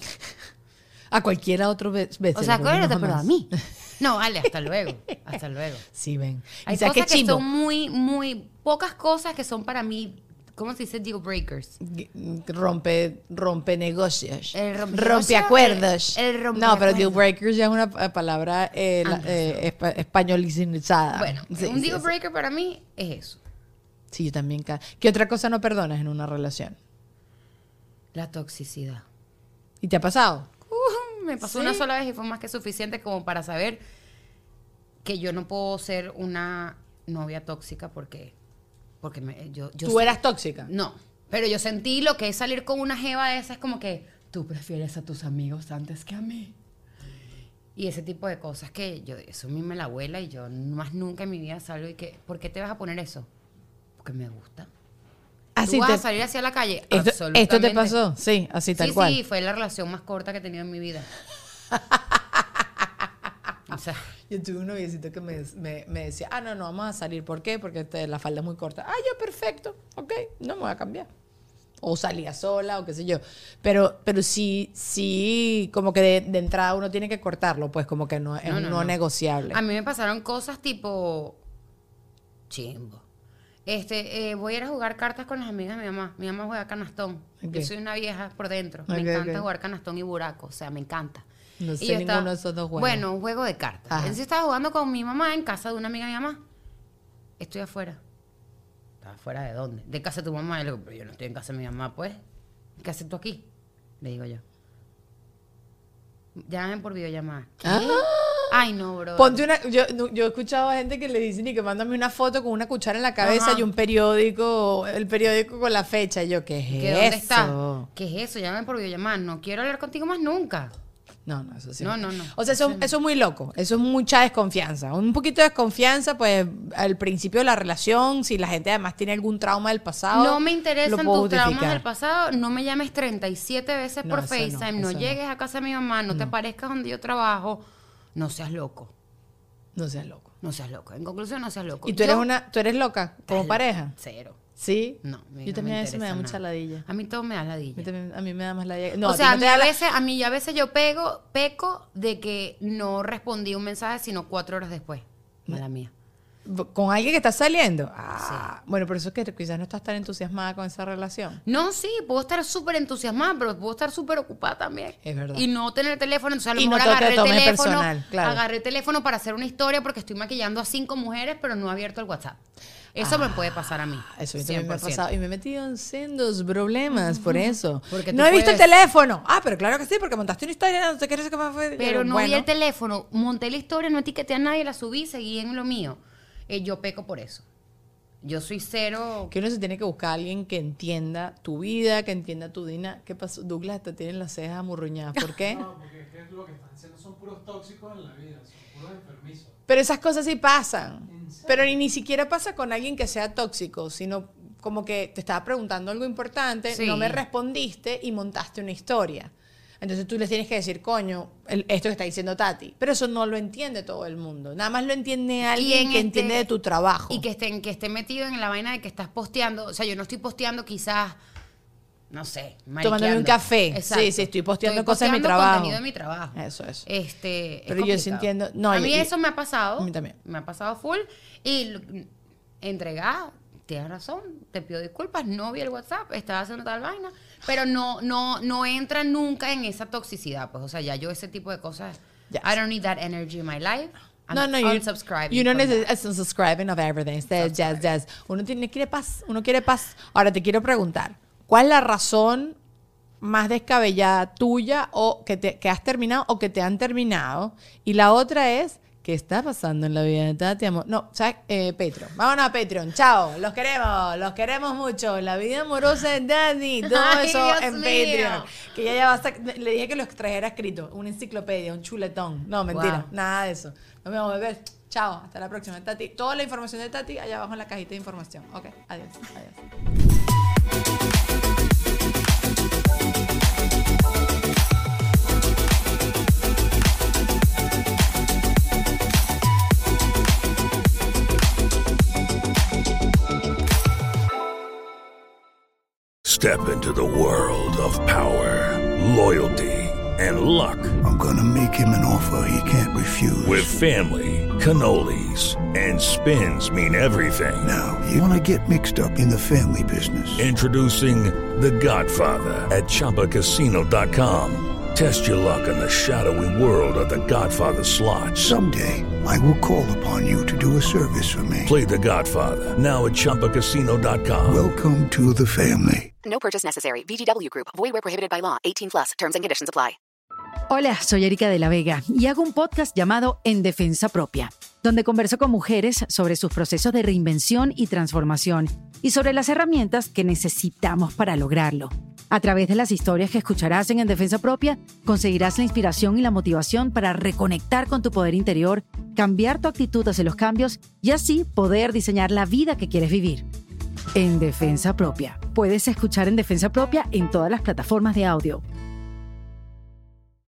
A cualquiera otro vez. O sea, acuérdate, pero a mí. No, vale, hasta luego. Hasta luego. Sí, ven. Hay ¿Y sabes cosas qué que chimbo? son muy, muy pocas cosas que son para mí, ¿cómo se dice? Deal breakers. Rompe, rompe negocios. El rompe rompe negocio, acuerdos. el- el rompe no, pero deal acuerdos. breakers ya es una eh, palabra eh, la- eh, espa- españolizada. Bueno, Sí, un sí, deal sí. breaker para mí es eso. Sí, yo también. ca- ¿Qué otra cosa no perdonas en una relación? La toxicidad. ¿Y te ha pasado? Uh, me pasó Sí. una sola vez y fue más que suficiente como para saber que yo no puedo ser una novia tóxica porque, porque me, yo, yo ¿Tú sé- eras tóxica? No, pero yo sentí lo que es salir con una jeva de esas, como que tú prefieres a tus amigos antes que a mí. Y ese tipo de cosas que yo, eso a mí me la abuela y yo más nunca en mi vida salgo y que, ¿por qué te vas a poner eso? Porque me gusta. Así ¿Tú vas te- a salir hacia la calle? esto, Absolutamente. ¿Esto te pasó? Sí, así tal Sí, cual. sí, fue la relación más corta que he tenido en mi vida. O sea, Yo tuve un noviecito que me, me, me decía, ah, no, no, vamos a salir. ¿Por qué? Porque te- la falda es muy corta. Ah, ya, perfecto. Ok, no me voy a cambiar. O salía sola o qué sé yo. Pero, pero sí, sí, como que de, de entrada uno tiene que cortarlo, pues como que no es No, no, no, no. negociable. a mí me pasaron cosas tipo chimbo. Este, eh, voy a ir a jugar cartas con las amigas de mi mamá. Mi mamá juega canastón. Ok. Yo soy una vieja por dentro. Ok, Me encanta ok. jugar canastón y buraco. O sea, me encanta. No Y sé yo ninguno de esos dos juegos. Bueno, un juego de cartas. Ajá. Entonces estaba jugando con mi mamá en casa de una amiga de mi mamá. Estoy afuera. ¿Estás afuera de dónde? De casa de tu mamá. Y le digo, pero yo no estoy en casa de mi mamá, pues. ¿Qué haces tú aquí? Le digo yo. Llamen por videollamada. ¿Qué? Ah. Ay, no, bro. Ponte una, yo, no- yo he escuchado a gente que le dicen y que mándame una foto con una cuchara en la cabeza Ajá. y un periódico, el periódico con la fecha. Y yo, ¿qué es ¿Qué, eso? ¿Dónde está? ¿Qué es eso? Llamen por videollamada. No quiero hablar contigo más nunca. No, no, eso sí. No, no, no. O sea, eso, Eso- eso es muy loco. Eso es mucha desconfianza. Un poquito de desconfianza, pues, al principio de la relación, si la gente además tiene algún trauma del pasado. No me lo interesan puedo tus traumas justificar. del pasado. No me llames treinta y siete veces No, por eso no, FaceTime. No, eso no. llegues a casa de mi mamá. No, te aparezcas donde yo trabajo. No seas loco. No seas loco. No seas loco. En conclusión, no seas loco. ¿Y tú eres Yo- una, tú eres loca como Tal- pareja? Cero. Sí. No, a mí Yo no también me a veces me da interesa mucha nada. ladilla. A mí todo me da A mí, ladilla. también, a mí me da más ladilla. No, o ti sea, no a te mí da a la- veces, a mí a veces yo pego, peco de que no respondí un mensaje sino cuatro horas después. Mala mía. ¿Con alguien que está saliendo? Ah, bueno, por eso es que quizás no estás tan entusiasmada con esa relación. No, sí, puedo estar súper entusiasmada, pero puedo estar súper ocupada también. Es verdad. Y no tener teléfono. Entonces, a lo Y no mejor te lo agarré el tomes teléfono. personal, claro. Agarré el teléfono para hacer una historia porque estoy maquillando a cinco mujeres, pero no he abierto el WhatsApp. Eso me puede pasar a mí. Ah, Eso a mí también me ha cien por ciento. pasado. Y me he metido en sendos problemas por eso. Porque tú no he visto el puedes- teléfono. Ah, pero claro que sí, porque montaste una historia, no sé qué, no sé qué más fue. Pero no vi bueno. el teléfono, monté la historia, no etiqueté a nadie, la subí, seguí en lo mío. Eh, yo peco por eso. Yo soy cero. Que uno se tiene que buscar a alguien que entienda tu vida, que entienda tu dinámica. ¿Qué pasó? Douglas, te tienen las cejas amurruñadas. ¿Por qué? No, porque es que lo que están haciendo son puros tóxicos en la vida, son puros enfermizos. Pero esas cosas sí pasan. ¿En serio? Pero ni, ni siquiera pasa con alguien que sea tóxico, sino como que te estaba preguntando algo importante, Sí. no me respondiste y montaste una historia. Entonces tú les tienes que decir, coño, el- esto que está diciendo Tati. Pero eso no lo entiende todo el mundo. Nada más lo entiende alguien en que este- entiende de tu trabajo. Y que esté, que esté metido en la vaina de que estás posteando. O sea, yo no estoy posteando quizás, no sé, Tomándome un mariqueando. café. Exacto. Sí, sí, estoy posteando Estoy cosas de mi posteando trabajo. contenido de mi trabajo. Eso, eso. Este, es Pero yo sí complicado. entiendo- no, a y- mí y- eso me ha pasado. a mí también. Me ha pasado full. Y l- entregar tienes razón, te pido disculpas, no vi el WhatsApp, estaba haciendo tal vaina, pero no, no, no entra nunca en esa toxicidad, pues, o sea, ya yo ese tipo de cosas, Yes. I don't need that energy in my life. I'm No, no, you, unsubscribing you don't from need that. to unsubscribing of everything. Yes, yes, yes. Uno tiene, quiere paz, uno quiere paz. Ahora te quiero preguntar, ¿cuál es la razón más descabellada tuya o que, te, que has terminado o que te han terminado? Y la otra es, ¿qué está pasando en la vida de Tati? Amor? No, ¿sabes? Eh, Patreon. Vámonos a Patreon. Chao. Los queremos. Los queremos mucho. La vida amorosa de Tati. Todo Ay, eso Dios en mío. Patreon. Que ya, ya basta. Le dije que lo trajera escrito. Una enciclopedia, un chuletón. No, mentira. Wow. Nada de eso. Nos vemos, bebés. Chao. Hasta la próxima. Tati. Toda la información de Tati allá abajo en la cajita de información. Ok. Adiós. Adiós. Step into the world of power, loyalty, and luck. I'm gonna make him an offer he can't refuse. With family, cannolis, and spins mean everything. Now, you wanna get mixed up in the family business. Introducing The Godfather at Chumba Casino dot com. Test your luck in the shadowy world of The Godfather slot. Someday, I will call upon you to do a service for me. Play The Godfather now at Chumba Casino dot com. Welcome to the family. No purchase necessary. V G W Group. Void where prohibited by law. eighteen plus. Terms and conditions apply. Hola, soy Erika de la Vega y hago un podcast llamado En Defensa Propia, donde converso con mujeres sobre sus procesos de reinvención y transformación y sobre las herramientas que necesitamos para lograrlo. A través de las historias que escucharás en En Defensa Propia, conseguirás la inspiración y la motivación para reconectar con tu poder interior, cambiar tu actitud hacia los cambios y así poder diseñar la vida que quieres vivir. En Defensa Propia. Puedes escuchar En Defensa Propia en todas las plataformas de audio.